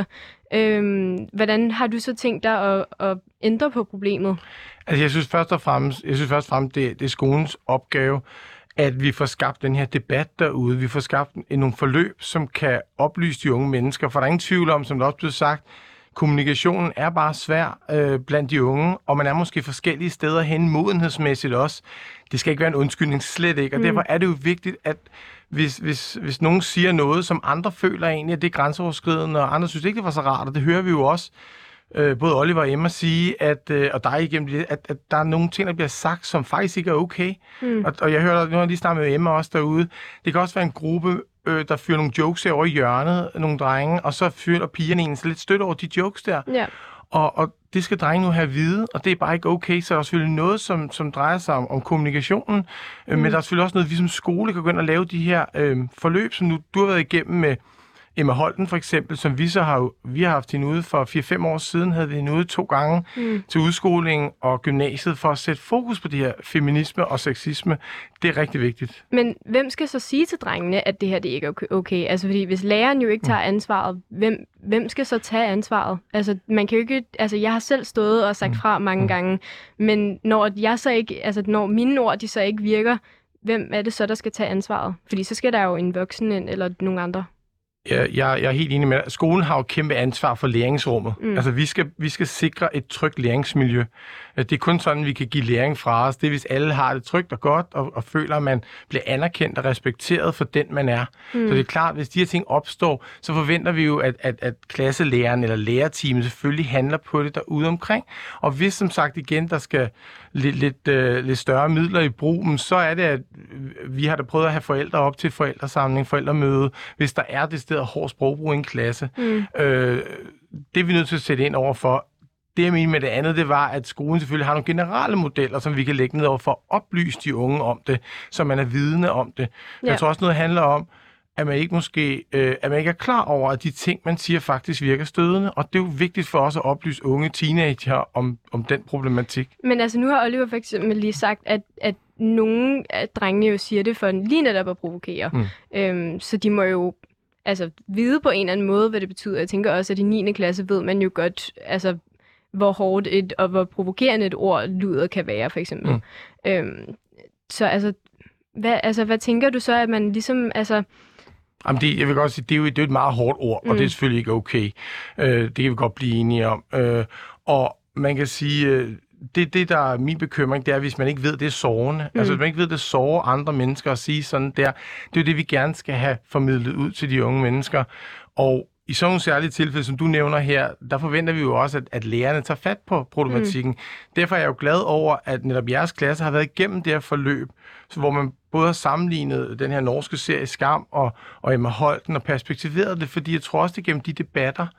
Øhm, hvordan har du så tænkt dig at, at ændre på problemet? Altså, jeg synes først og fremmest, jeg synes først og fremmest det, det er skolens opgave, at vi får skabt den her debat derude. Vi får skabt nogle forløb, som kan oplyse de unge mennesker. For der er ingen tvivl om, som der også blev sagt, kommunikationen er bare svær øh, blandt de unge, og man er måske forskellige steder hen modenhedsmæssigt også. Det skal ikke være en undskyldning, slet ikke. Og mm. derfor er det jo vigtigt, at hvis, hvis, hvis nogen siger noget, som andre føler egentlig, at det er grænseoverskridende, og andre synes ikke, det var så rart, og det hører vi jo også, øh, både Oliver og Emma sige, at, øh, og dig igennem det, at, at der er nogle ting, der bliver sagt, som faktisk ikke er okay. Mm. Og, og jeg hører, nu har jeg lige snakket med Emma også derude, det kan også være en gruppe, øh, der fyrer nogle jokes over i hjørnet, nogle drenge, og så fyrer pigerne en lidt støtte over de jokes der. Yeah. Og, og det skal drenge nu have at vide, og det er bare ikke okay. Så der er selvfølgelig noget, som, som drejer sig om, om kommunikationen, mm. øh, men der er selvfølgelig også noget, vi som skole kan gå ind og lave de her øh, forløb, som nu, du har været igennem med Emma Holten for eksempel, som vi så har, vi har haft hende ude for fire fem år siden, havde vi hende ude to gange mm. til udskoling og gymnasiet for at sætte fokus på det her feminisme og sexisme. Det er rigtig vigtigt. Men hvem skal så sige til drengene, at det her det ikke er okay? Altså fordi hvis læreren jo ikke tager ansvaret, hvem, hvem skal så tage ansvaret? Altså man kan jo ikke, altså jeg har selv stået og sagt fra mange mm. gange, men når jeg så ikke, altså når mine ord de så ikke virker, hvem er det så, der skal tage ansvaret? Fordi så skal der jo en voksen ind, eller nogen andre. Jeg, jeg er helt enig med dig. Skolen har jo kæmpe ansvar for læringsrummet. Mm. Altså, vi skal, vi skal sikre et trygt læringsmiljø. Det er kun sådan, vi kan give læring fra os. Det er, hvis alle har det trygt og godt, og, og føler, at man bliver anerkendt og respekteret for den, man er. Mm. Så det er klart, at hvis de her ting opstår, så forventer vi jo, at, at, at klasselæreren eller lærerteamet selvfølgelig handler på det derude omkring. Og hvis, som sagt igen, der skal lidt, lidt, øh, lidt større midler i brugen, så er det, at vi har da prøvet at have forældre op til forældresamling, forældremøde, hvis der er det sted hård sprogbrug i en klasse. Mm. Øh, det er vi nødt til at sætte ind over for. Det jeg mener med det andet, det var, at skolen selvfølgelig har nogle generelle modeller, som vi kan lægge ned over for at oplyse de unge om det, så man er vidende om det. Ja. Jeg tror også, noget handler om, at man ikke måske øh, at man ikke er klar over, at de ting, man siger, faktisk virker stødende. Og det er jo vigtigt for os at oplyse unge teenager om, om den problematik. Men altså, nu har Oliver for eksempel lige sagt, at, at nogle af drengene jo siger det for lige netop at provokere. Mm. Øhm, så de må jo altså vide på en eller anden måde, hvad det betyder. Jeg tænker også, at i niende klasse ved man jo godt, altså hvor hårdt et og hvor provokerende et ord luder kan være, for eksempel. Mm. Øhm, så altså hvad, altså, hvad tænker du så, at man ligesom, altså... Jamen det, jeg vil godt sige, det er jo, det er et meget hårdt ord, mm. og det er selvfølgelig ikke okay. Øh, det kan vi godt blive enige om. Øh, og man kan sige, øh, det, det der er min bekymring, det er, hvis man ikke ved, det er sårende. Mm. Altså hvis man ikke ved, det sårer andre mennesker at sige sådan der. Det er jo det, vi gerne skal have formidlet ud til de unge mennesker. Og i sådan nogle særlige tilfælde, som du nævner her, der forventer vi jo også, at, at lærerne tager fat på problematikken. Mm. Derfor er jeg jo glad over, at netop jeres klasse har været igennem det her forløb, så hvor man både har sammenlignet den her norske serie Skam og, og Emma Holten og perspektiveret det, fordi jeg tror også, det gennem de debatter,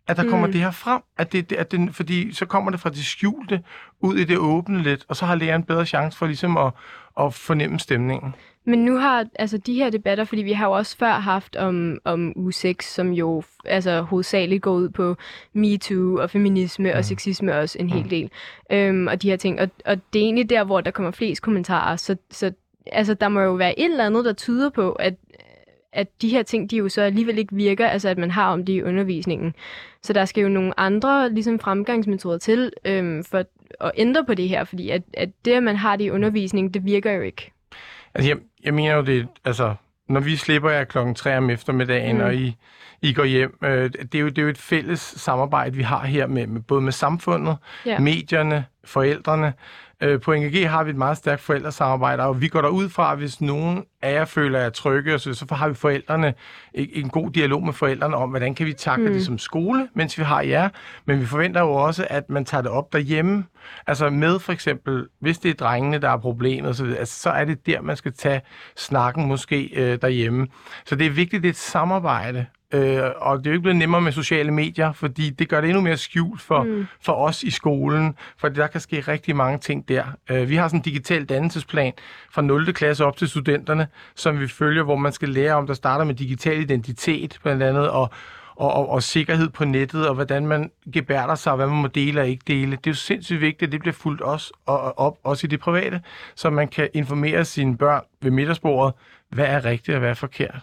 at der kommer Mm. det her frem, at det, at det, fordi så kommer det fra det skjulte ud i det åbne lidt, og så har læreren bedre chance for ligesom at, at fornemme stemningen. Men nu har altså de her debatter, fordi vi har jo også før haft om, om uge seks, som jo altså hovedsageligt går ud på MeToo og feminisme mm. og sexisme også en hel del. Mm. Øhm, og de her ting. Og, og det er egentlig der, hvor der kommer flest kommentarer. Så, så altså, der må jo være et eller andet, der tyder på, at, at de her ting, de jo så alligevel ikke virker, altså at man har om det i undervisningen. Så der skal jo nogle andre ligesom fremgangsmetoder til øhm, for at ændre på det her, fordi at, at det, at man har det i undervisningen, det virker jo ikke. Altså, jeg, jeg mener jo, det altså, når vi slipper jer klokken tre om eftermiddagen, mm. og I, I går hjem, øh, det, er jo, det er jo et fælles samarbejde, vi har her, med, med både med samfundet, yeah. medierne, forældrene. Øh, på N G G har vi et meget stærkt forældresamarbejde, og vi går derud fra, at hvis nogen af jer føler jer trygge, så, så har vi forældrene en god dialog med forældrene om, hvordan kan vi takle mm. det som skole, mens vi har jer. Men vi forventer jo også, at man tager det op derhjemme. Altså med for eksempel, hvis det er drengene, der er problemet, så, altså, så er det der, man skal tage snakken måske øh, derhjemme. Så det er vigtigt, det er et samarbejde. Øh, og det er jo ikke blevet nemmere med sociale medier, fordi det gør det endnu mere skjult for, mm. for os i skolen, for der kan ske rigtig mange ting der. Øh, vi har sådan en digital dannelsesplan fra nul klasse op til studenterne, som vi følger, hvor man skal lære om, der starter med digital identitet blandt andet, og, og, og, og sikkerhed på nettet, og hvordan man gebærder sig, og hvad man må dele og ikke dele. Det er jo sindssygt vigtigt, at det bliver fulgt også, og, op, også i det private, så man kan informere sine børn ved middagsbordet, hvad er rigtigt og hvad er forkert.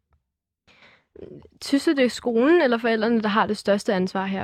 Synes du, det er skolen eller forældrene, der har det største ansvar her?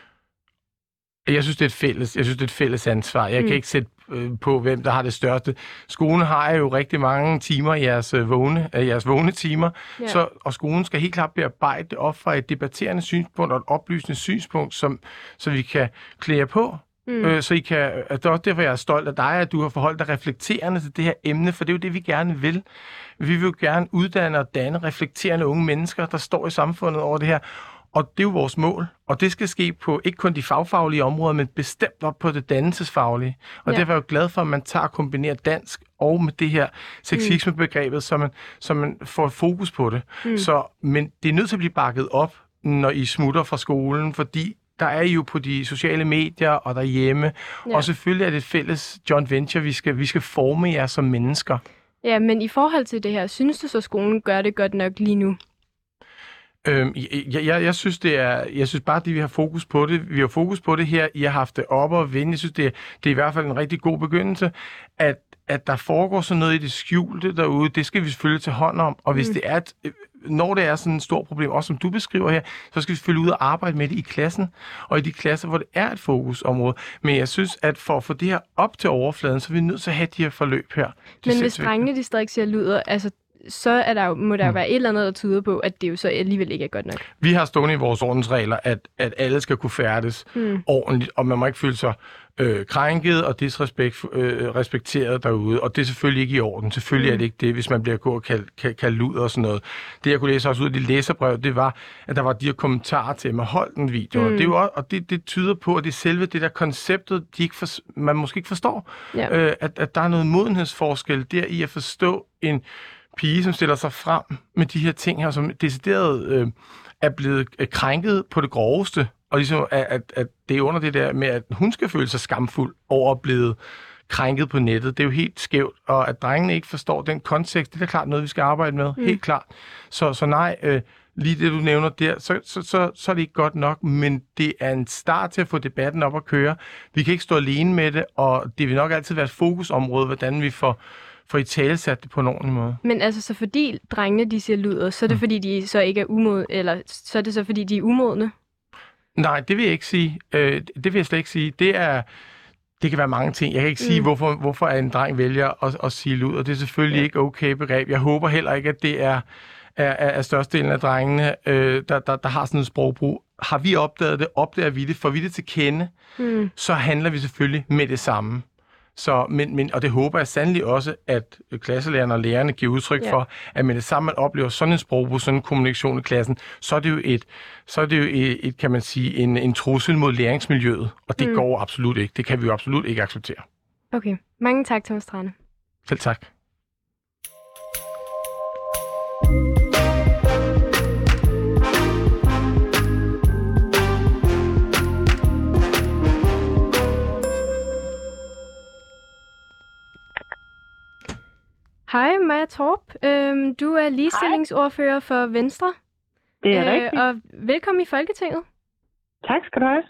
Jeg synes, det er et fælles, jeg synes, det er et fælles ansvar. Jeg mm. kan ikke sætte øh, på, hvem der har det største. Skolen har jo rigtig mange timer i jeres øh, vågne, øh, jeres vågne timer, yeah. så, og skolen skal helt klart bearbejde det op fra et debatterende synspunkt og et oplysende synspunkt, som, så vi kan klæde på. Mm. Øh, så I kan, det er også derfor, jeg er stolt af dig, at du har forholdt dig reflekterende til det her emne, for det er jo det, vi gerne vil. Vi vil jo gerne uddanne og danne reflekterende unge mennesker, der står i samfundet over det her. Og det er jo vores mål. Og det skal ske på ikke kun de fagfaglige områder, men bestemt op på det dannelsesfaglige. Og ja. Derfor er jeg jo glad for, at man tager og kombinerer dansk og med det her sexismebegrebet, mm. så, man, så man får fokus på det. Mm. Så, men det er nødt til at blive bakket op, når I smutter fra skolen, fordi der er I jo på de sociale medier og derhjemme. Ja. Og selvfølgelig er det et fælles joint venture, vi skal, vi skal forme jer som mennesker. Ja, men i forhold til det her, synes du så, at skolen gør det godt nok lige nu? Øhm, jeg, jeg, jeg synes det er, jeg synes bare, at vi har fokus på det. Vi har fokus på det her. I har haft det op og vende. Jeg synes, det er, det er i hvert fald en rigtig god begyndelse, at, at der foregår sådan noget i det skjulte derude. Det skal vi selvfølgelig tage hånd om. Og hvis mm. det er et, når det er sådan et stort problem, også som du beskriver her, så skal vi selvfølgelig ud og arbejde med det i klassen, og i de klasser, hvor det er et fokusområde. Men jeg synes, at for at få det her op til overfladen, så er vi nødt til at have de her forløb her. Men hvis drengene, de stadig siger luder, altså så er der jo, må der jo være et eller andet, der tyder på, at det jo så alligevel ikke er godt nok. Vi har stående i vores ordensregler, at, at alle skal kunne færdes mm. ordentligt, og man må ikke føle sig øh, krænket og disrespekt, øh, respekteret derude. Og det er selvfølgelig ikke i orden. Selvfølgelig mm. er det ikke det, hvis man bliver gået og kaldt kald, kald luder og sådan noget. Det, jeg kunne læse også ud af de læserbrev, det var, at der var de her kommentarer til, at man holdt en video. Mm. Og, det, er jo også, og det, det tyder på, at det er selve det der konceptet, de ikke for, man måske ikke forstår. Ja. Øh, at, at der er noget modenhedsforskel der i at forstå en pige, som stiller sig frem med de her ting her, som decideret øh, er blevet øh, krænket på det groveste, og ligesom at, at, at det er under det der med, at hun skal føle sig skamfuld over at blive krænket på nettet. Det er jo helt skævt, og at drengene ikke forstår den kontekst, det er da klart noget, vi skal arbejde med, mm. helt klart. Så, så nej, øh, lige det du nævner der, så, så, så, så er det ikke godt nok, men det er en start til at få debatten op at køre. Vi kan ikke stå alene med det, og det vil nok altid være et fokusområde, hvordan vi får for I talesat det på en ordentlig måde. Men altså, så fordi drengene, de siger luder, så er det mm. fordi, de så ikke er umodne, eller så er det så fordi, de er umodne? Nej, det vil jeg ikke sige. Øh, det vil jeg slet ikke sige. Det er, det kan være mange ting. Jeg kan ikke mm. sige, hvorfor, hvorfor en dreng vælger at, at sige luder. Det er selvfølgelig ja. ikke okay begreb. Jeg håber heller ikke, at det er, er, er størstedelen af drengene, øh, der, der, der har sådan et sprogbrug. Har vi opdaget det, opdager vi det, får vi det til kende, mm. så handler vi selvfølgelig med det samme. Så, men, men, og det håber jeg sandelig også, at klasselærerne og lærerne giver udtryk ja. for, at med det samme, man oplever sådan en sprogbrug, sådan en kommunikation i klassen, så er det jo et, så er det jo et, et kan man sige, en, en trussel mod læringsmiljøet, og det mm. går absolut ikke. Det kan vi jo absolut ikke acceptere. Okay. Mange tak, Thomas Thrane. Selv tak. Torp. Øhm, du er ligestillingsordfører for Venstre. Det er øh, rigtigt. Og velkommen i Folketinget. Tak skal du have.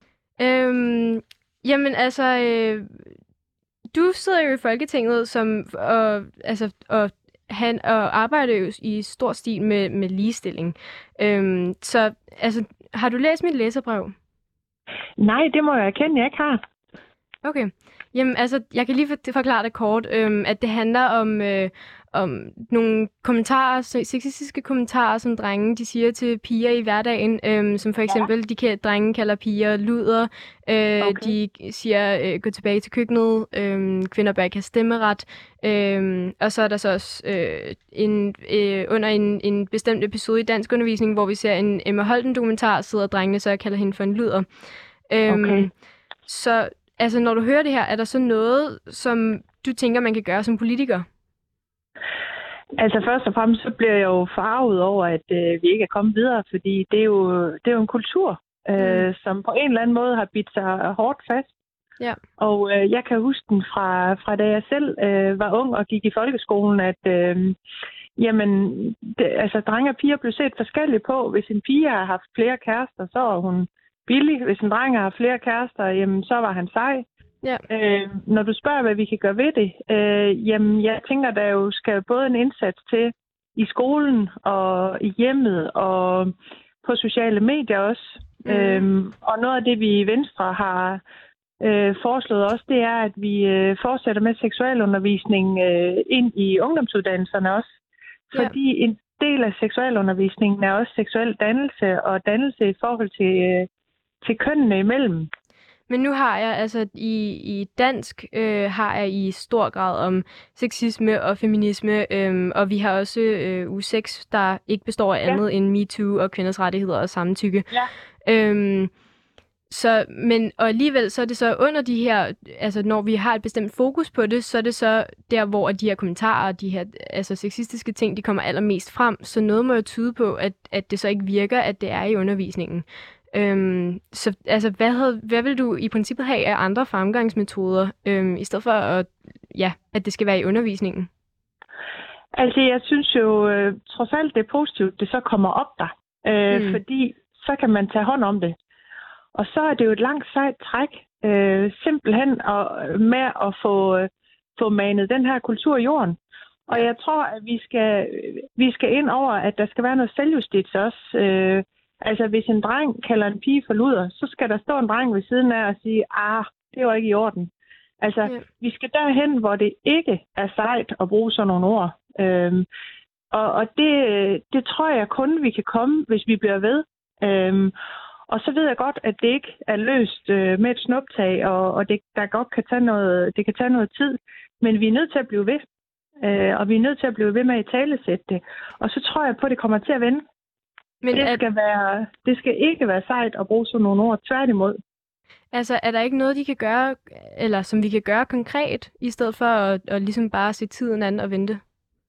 Øhm, jamen altså, øh, du sidder jo i Folketinget som, og, altså, og, han, og arbejder jo i stor stil med, med ligestilling. Øhm, så altså, har du læst mit læserbrev? Nej, det må jeg erkende, jeg ikke har. Okay. Jamen altså, jeg kan lige forklare det kort, øhm, at det handler om, øh, om nogle kommentarer, sexistiske kommentarer, som drenge de siger til piger i hverdagen, øhm, som for eksempel, ja. de kan, drenge kalder piger luder, øh, okay. de siger, øh, gå tilbage til køkkenet, øh, kvinder bør ikke have stemmeret, øh, og så er der så også øh, en, øh, under en, en bestemt episode i dansk undervisning, hvor vi ser en Emma Holten-dokumentar, sidder drengene så og kalder hende for en luder. Øh, okay. Så altså, når du hører det her, er der så noget, som du tænker, man kan gøre som politiker? Altså først og fremmest, så bliver jeg jo farvet over, at øh, vi ikke er kommet videre, fordi det er jo, det er jo en kultur, øh, mm. som på en eller anden måde har bidt sig hårdt fast. Ja. Og øh, jeg kan huske den fra, fra da jeg selv øh, var ung og gik i folkeskolen, at øh, jamen, det, altså, drenge og piger blev set forskelligt på. Hvis en pige har haft flere kærester, så er hun billig. Hvis en dreng har flere kærester, jamen, så var han sej. Ja. Øh, når du spørger, hvad vi kan gøre ved det, øh, jamen, jeg tænker, der jo skal både en indsats til i skolen og i hjemmet og på sociale medier også. Mm. Øh, og noget af det, vi i Venstre har øh, foreslået også, det er, at vi øh, fortsætter med seksualundervisning øh, ind i ungdomsuddannelserne også. Ja. Fordi en del af seksualundervisningen er også seksuel dannelse og dannelse i forhold til, øh, til kønnene imellem. Men nu har jeg, altså i, i dansk øh, har jeg i stor grad om sexisme og feminisme, øh, og vi har også øh, uge seks, der ikke består af andet ja. end MeToo og kvinders rettigheder og samtykke. Ja. Øhm, så, men og alligevel så er det så under de her, altså når vi har et bestemt fokus på det, så er det så der, hvor de her kommentarer, de her altså sexistiske ting, de kommer allermest frem. Så noget må jo tyde på, at, at det så ikke virker, at det er i undervisningen. Øhm, så altså, hvad, havde, hvad vil du i princippet have af andre fremgangsmetoder, øhm, i stedet for at, ja, at det skal være i undervisningen? Altså, jeg synes jo øh, trods alt, det er positivt, det så kommer op der. Øh, mm. Fordi så kan man tage hånd om det. Og så er det jo et langt sejt træk, øh, simpelthen og, med at få, øh, få manet den her kultur i jorden. Og jeg tror, at vi skal, vi skal ind over, at der skal være noget selvjustits også. Øh, Altså, hvis en dreng kalder en pige for luder, så skal der stå en dreng ved siden af og sige, ah, det var ikke i orden. Altså, ja. vi skal derhen, hvor det ikke er sejt at bruge sådan nogle ord. Øhm, og og det, det tror jeg kun, vi kan komme, hvis vi bliver ved. Øhm, og så ved jeg godt, at det ikke er løst øh, med et snuptag, og, og det, der godt kan tage noget, det kan tage noget tid. Men vi er nødt til at blive ved. Øh, og vi er nødt til at blive ved med at italesætte det. Og så tror jeg på, at det kommer til at vende. Men det, skal at... være, det skal ikke være sejt at bruge sådan nogle ord, tværtimod. Altså, er der ikke noget, de kan gøre, eller som vi kan gøre konkret, i stedet for at, at ligesom bare se tiden an og vente?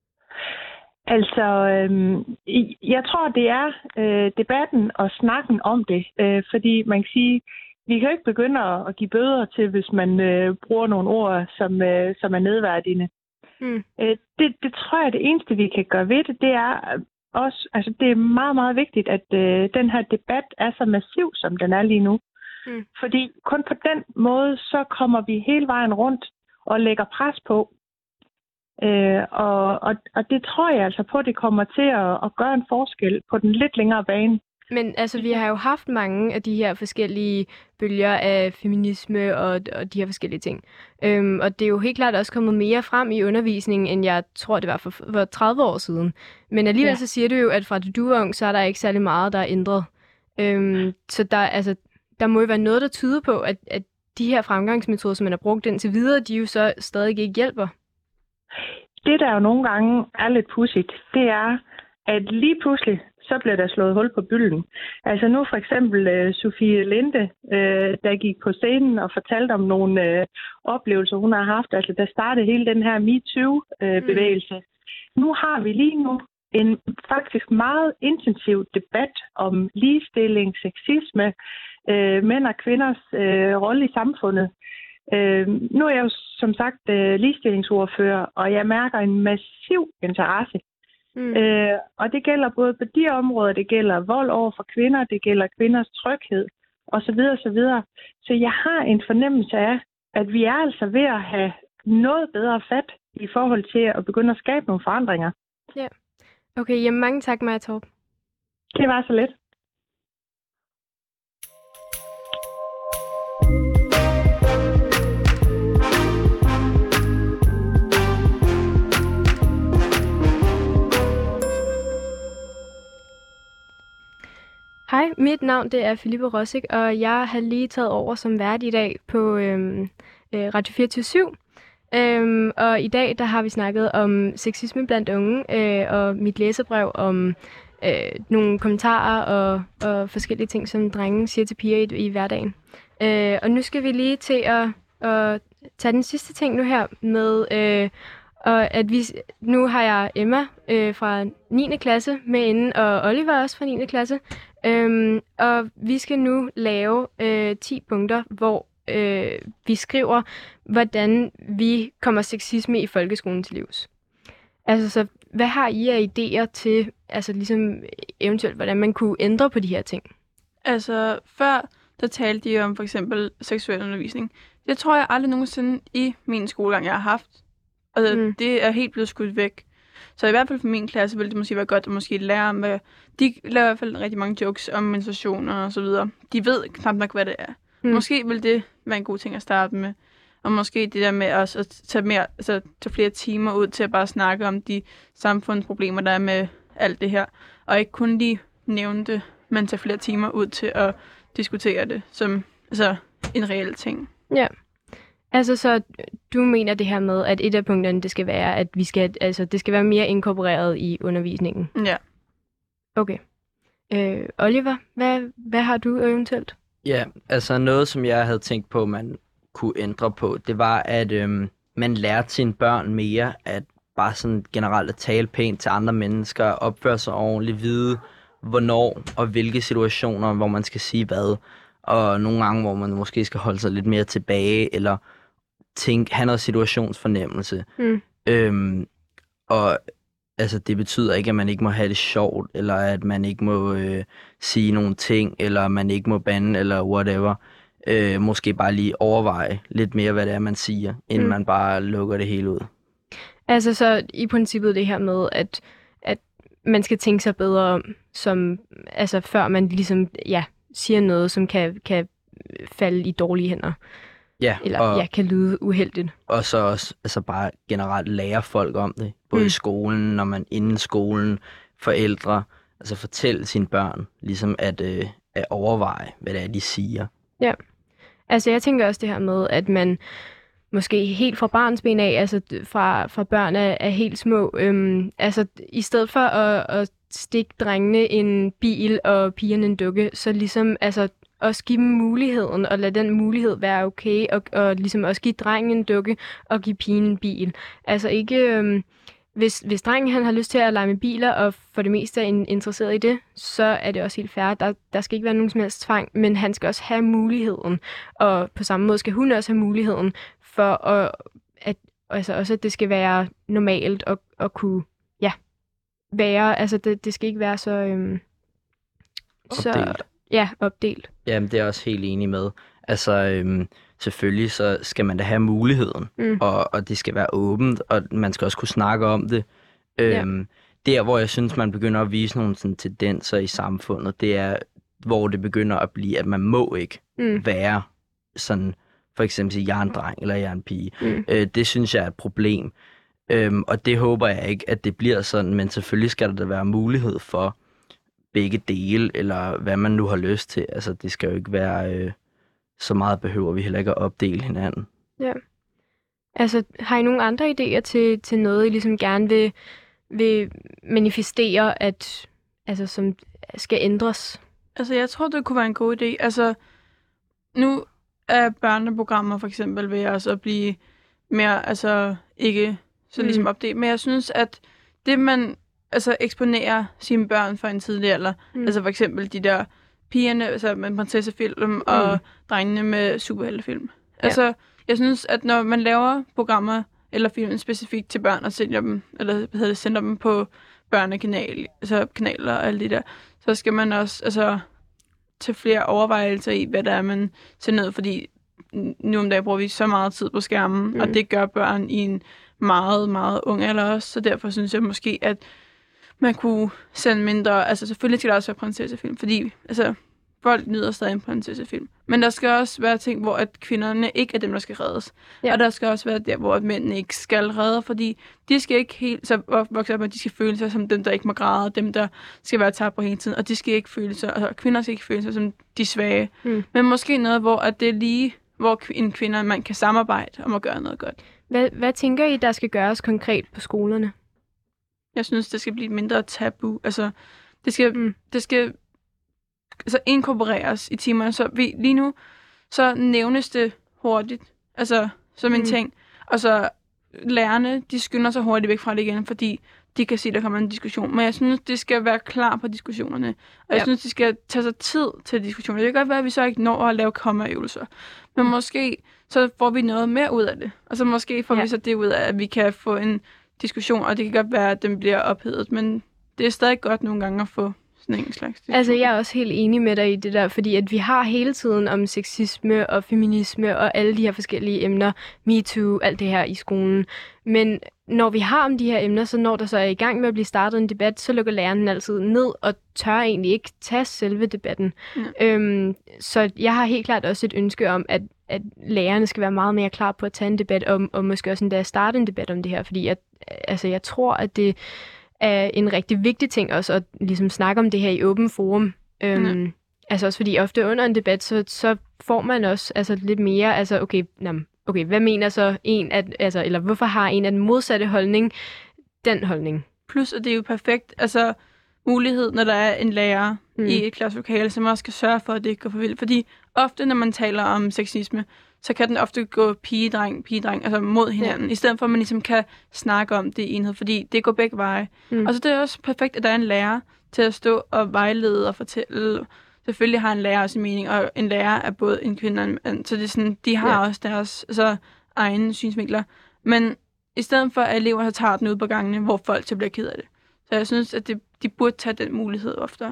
Altså, øhm, jeg tror, det er øh, debatten og snakken om det. Øh, fordi man kan sige, vi kan jo ikke begynde at give bøder til, hvis man øh, bruger nogle ord, som, øh, som er nedværdigende. Mm. Øh, det, det tror jeg, det eneste, vi kan gøre ved det, det er... Også, altså det er meget, meget vigtigt, at øh, den her debat er så massiv, som den er lige nu. Mm. Fordi kun på den måde, så kommer vi hele vejen rundt og lægger pres på. Øh, og, og, og det tror jeg altså på, at det kommer til at, at gøre en forskel på den lidt længere bane. Men altså, vi har jo haft mange af de her forskellige bølger af feminisme og, og de her forskellige ting. Øhm, og det er jo helt klart også kommet mere frem i undervisningen, end jeg tror, det var for, for tredive år siden. Men alligevel ja. så siger du jo, at fra du er ung, så er der ikke særlig meget, der er ændret. Øhm, så der, altså, der må jo være noget, der tyder på, at, at de her fremgangsmetoder, som man har brugt indtil videre, de jo så stadig ikke hjælper. Det, der jo nogle gange er lidt pudsigt, det er, at lige pludselig, så bliver der slået hul på bylden. Altså nu for eksempel uh, Sofie Linde, uh, der gik på scenen og fortalte om nogle uh, oplevelser, hun har haft. Altså der startede hele den her MeToo-bevægelse. Uh, mm. Nu har vi lige nu en faktisk meget intensiv debat om ligestilling, sexisme, uh, mænd og kvinders uh, rolle i samfundet. Øh, nu er jeg jo som sagt øh, ligestillingsordfører, og jeg mærker en massiv interesse. Mm. Øh, og det gælder både på de områder, det gælder vold over for kvinder, det gælder kvinders tryghed, osv. osv. Så jeg har en fornemmelse af, at vi er altså ved at have noget bedre fat i forhold til at begynde at skabe nogle forandringer. Ja. Okay, jamen mange tak, Maja Torp. Det var så lidt. Hej, mit navn det er Philippe Rossik, og jeg har lige taget over som vært i dag på øhm, øh, Radio fireogtyve syv. Øhm, og i dag der har vi snakket om sexisme blandt unge, øh, og mit læserbrev om øh, nogle kommentarer og, og forskellige ting, som drenge siger til piger i, i hverdagen. Øh, og nu skal vi lige til at, at tage den sidste ting nu her med... Øh, Og at vi, nu har jeg Emma øh, fra niende klasse med inden, og Oliver også fra niende klasse. Øhm, og vi skal nu lave øh, ti punkter, hvor øh, vi skriver, hvordan vi kommer sexisme i folkeskolen til livs. Altså, så hvad har I af idéer til, altså ligesom eventuelt, hvordan man kunne ændre på de her ting? Altså, før der talte de om for eksempel seksuel undervisning. Det tror jeg aldrig nogensinde i min skolegang, jeg har haft. Altså, mm. det er helt blevet skudt væk. Så i hvert fald for min klasse ville det måske være godt at måske lære om, hvad... De laver i hvert fald rigtig mange jokes om menstruationer og så videre. De ved knap nok, hvad det er. Mm. Måske vil det være en god ting at starte med. Og måske det der med også at tage, mere, altså, tage flere timer ud til at bare snakke om de samfundsproblemer, der er med alt det her. Og ikke kun lige nævne det, men tage flere timer ud til at diskutere det som altså, en reel ting. Ja. Altså, så du mener det her med, at et af punkterne, det skal være, at vi skal, altså, det skal være mere inkorporeret i undervisningen? Ja. Okay. Øh, Oliver, hvad, hvad har du eventuelt? Ja, altså noget, som jeg havde tænkt på, man kunne ændre på, det var, at øhm, man lærte sine børn mere at bare sådan generelt at tale pænt til andre mennesker, opføre sig ordentligt, vide, hvornår og hvilke situationer, hvor man skal sige hvad, og nogle gange, hvor man måske skal holde sig lidt mere tilbage, eller tænke, have noget situationsfornemmelse. Mm. Øhm, og altså, det betyder ikke, at man ikke må have det sjovt, eller at man ikke må øh, sige nogle ting, eller man ikke må bande, eller whatever. Øh, måske bare lige overveje lidt mere, hvad det er, man siger, inden mm. man bare lukker det hele ud. Altså så i princippet det her med, at, at man skal tænke sig bedre om, som, altså før man ligesom ja, siger noget, som kan, kan falde i dårlige hænder. Ja, eller og, ja, kan lyde uheldigt. Og så også altså bare generelt lære folk om det. Både mm. i skolen, når man inden skolen, forældre. Altså fortælle sine børn, ligesom at, øh, at overveje, hvad det er, de siger. Ja, altså jeg tænker også det her med, at man måske helt fra barnsben af, altså fra, fra børn er, er helt små, øhm, altså i stedet for at, at stikke drengene en bil og pigerne en dukke, så ligesom altså også give dem muligheden, og lade den mulighed være okay, og, og ligesom også give drengen en dukke, og give pigen en bil. Altså ikke, øhm, hvis, hvis drengen han har lyst til at lege med biler, og for det meste er interesseret i det, så er det også helt fair. Der, der skal ikke være nogen som helst tvang, men han skal også have muligheden, og på samme måde skal hun også have muligheden, for at, at altså også at det skal være normalt, at, at kunne, ja, være, altså det, det skal ikke være så, øhm, så ja, opdelt. Jamen, det er jeg også helt enig med. Altså, øhm, selvfølgelig så skal man da have muligheden, mm. og, og det skal være åbent, og man skal også kunne snakke om det. Øhm, ja. Der, hvor jeg synes, man begynder at vise nogle sådan, tendenser i samfundet, det er, hvor det begynder at blive, at man må ikke mm. være sådan, for eksempel sige, jeg er en dreng, eller jeg er en pige. Mm. Øh, det synes jeg er et problem. Øhm, og det håber jeg ikke, at det bliver sådan, men selvfølgelig skal der da være mulighed for begge dele, eller hvad man nu har lyst til. Altså, det skal jo ikke være øh, så meget behøver vi heller ikke at opdele hinanden. Ja. Altså, har I nogle andre idéer til, til noget, I ligesom gerne vil, vil manifestere, at, altså, som skal ændres? Altså, jeg tror, det kunne være en god idé. Altså, nu er børneprogrammer for eksempel ved også at blive mere, altså, ikke så ligesom mm. opdelt. Men jeg synes, at det, man altså eksponere sine børn for en tidlig alder. Mm. Altså for eksempel de der pigerne altså med prinsessefilm mm. og drengene med superheltefilm. Ja. Altså, jeg synes, at når man laver programmer eller film specifikt til børn og sender dem, eller hvad hedder det, sender dem på børnekanal, altså kanaler og alt det der, så skal man også altså, tage flere overvejelser i, hvad der er, man sender ud, fordi nu om dagen bruger vi så meget tid på skærmen, mm. og det gør børn i en meget, meget ung alder også, så derfor synes jeg måske, at man kunne sende mindre, altså selvfølgelig skal der også være prinsessefilm, fordi altså, folk nyder stadig en prinsessefilm. Men der skal også være ting, hvor at kvinderne ikke er dem, der skal reddes. Ja. Og der skal også være der, hvor at mændene ikke skal redde, fordi de skal ikke helt så vokse op, at de skal føle sig som dem, der ikke må græde, dem, der skal være tabt på hele tiden, og de skal ikke føle sig, altså kvinder skal ikke føle sig som de svage. Mm. Men måske noget, hvor at det er lige, hvor en kvinde og en mand kan samarbejde om at gøre noget godt. Hvad, hvad tænker I, der skal gøres konkret på skolerne? Jeg synes, det skal blive mindre tabu. Altså, det skal, mm. det skal altså, inkorporeres i timerne. Så vi, lige nu, så nævnes det hurtigt, altså som en mm. ting. Og så lærerne, de skynder sig hurtigt væk fra det igen, fordi de kan se, der kommer en diskussion. Men jeg synes, det skal være klar på diskussionerne. Og jeg ja. synes, det skal tage sig tid til diskussioner. Det kan godt være, at vi så ikke når at lave kommaøvelser. Men mm. måske så får vi noget mere ud af det. Og så måske får ja. vi så det ud af, at vi kan få en diskussion, og det kan godt være, at den bliver ophedet. Men det er stadig godt nogle gange at få sådan en slags diskussion. Altså, jeg er også helt enig med dig i det der, fordi at vi har hele tiden om sexisme og feminisme og alle de her forskellige emner, MeToo, alt det her i skolen. Men når vi har om de her emner, så når der så er i gang med at blive startet en debat, så lukker læreren altid ned og tør egentlig ikke tage selve debatten. Ja. Øhm, så jeg har helt klart også et ønske om, at, at lærerne skal være meget mere klar på at tage en debat, og, og måske også endda starte en debat om det her, fordi at, altså, jeg tror, at det er en rigtig vigtig ting også at ligesom snakke om det her i åben forum. Øhm, mm. Altså også fordi ofte under en debat, så, så får man også altså, lidt mere, altså okay, nam, okay, hvad mener så en, at, altså, eller hvorfor har en af den modsatte holdning den holdning? Plus, at det er jo perfekt, altså mulighed, når der er en lærer mm. i et klasselokale, som også skal sørge for, at det ikke går for vildt. Fordi ofte, når man taler om sexisme, så kan den ofte gå pigedreng, pigedreng, altså mod hinanden, ja. I stedet for, at man ligesom kan snakke om det i enhed, fordi det går begge veje. Mm. Og så det er også perfekt, at der er en lærer til at stå og vejlede og fortælle. Selvfølgelig har en lærer også en mening, og en lærer er både en kvinde og en mand, så det er sådan, de har ja. også deres altså, egne synsvinkler. Men i stedet for, at elever så tager den ud på gangene, hvor folk så bliver ked af det. Så jeg synes, at det, de burde tage den mulighed oftere.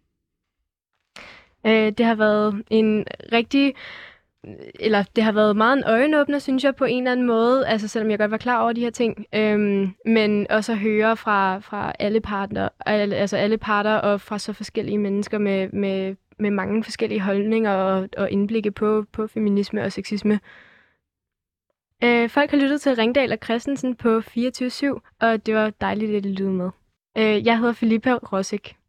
Øh, det har været en rigtig... Eller det har været meget en øjenåbner, synes jeg, på en eller anden måde, altså selvom jeg godt var klar over de her ting, øhm, men også at høre fra, fra alle parter, altså alle parter og fra så forskellige mennesker med, med, med mange forskellige holdninger og, og indblikke på, på feminisme og sexisme. Øh, folk har lyttet til Ringdal og Christensen på fireogtyve syv, og det var dejligt, at I lyttede med. Øh, jeg hedder Filippa Rosik.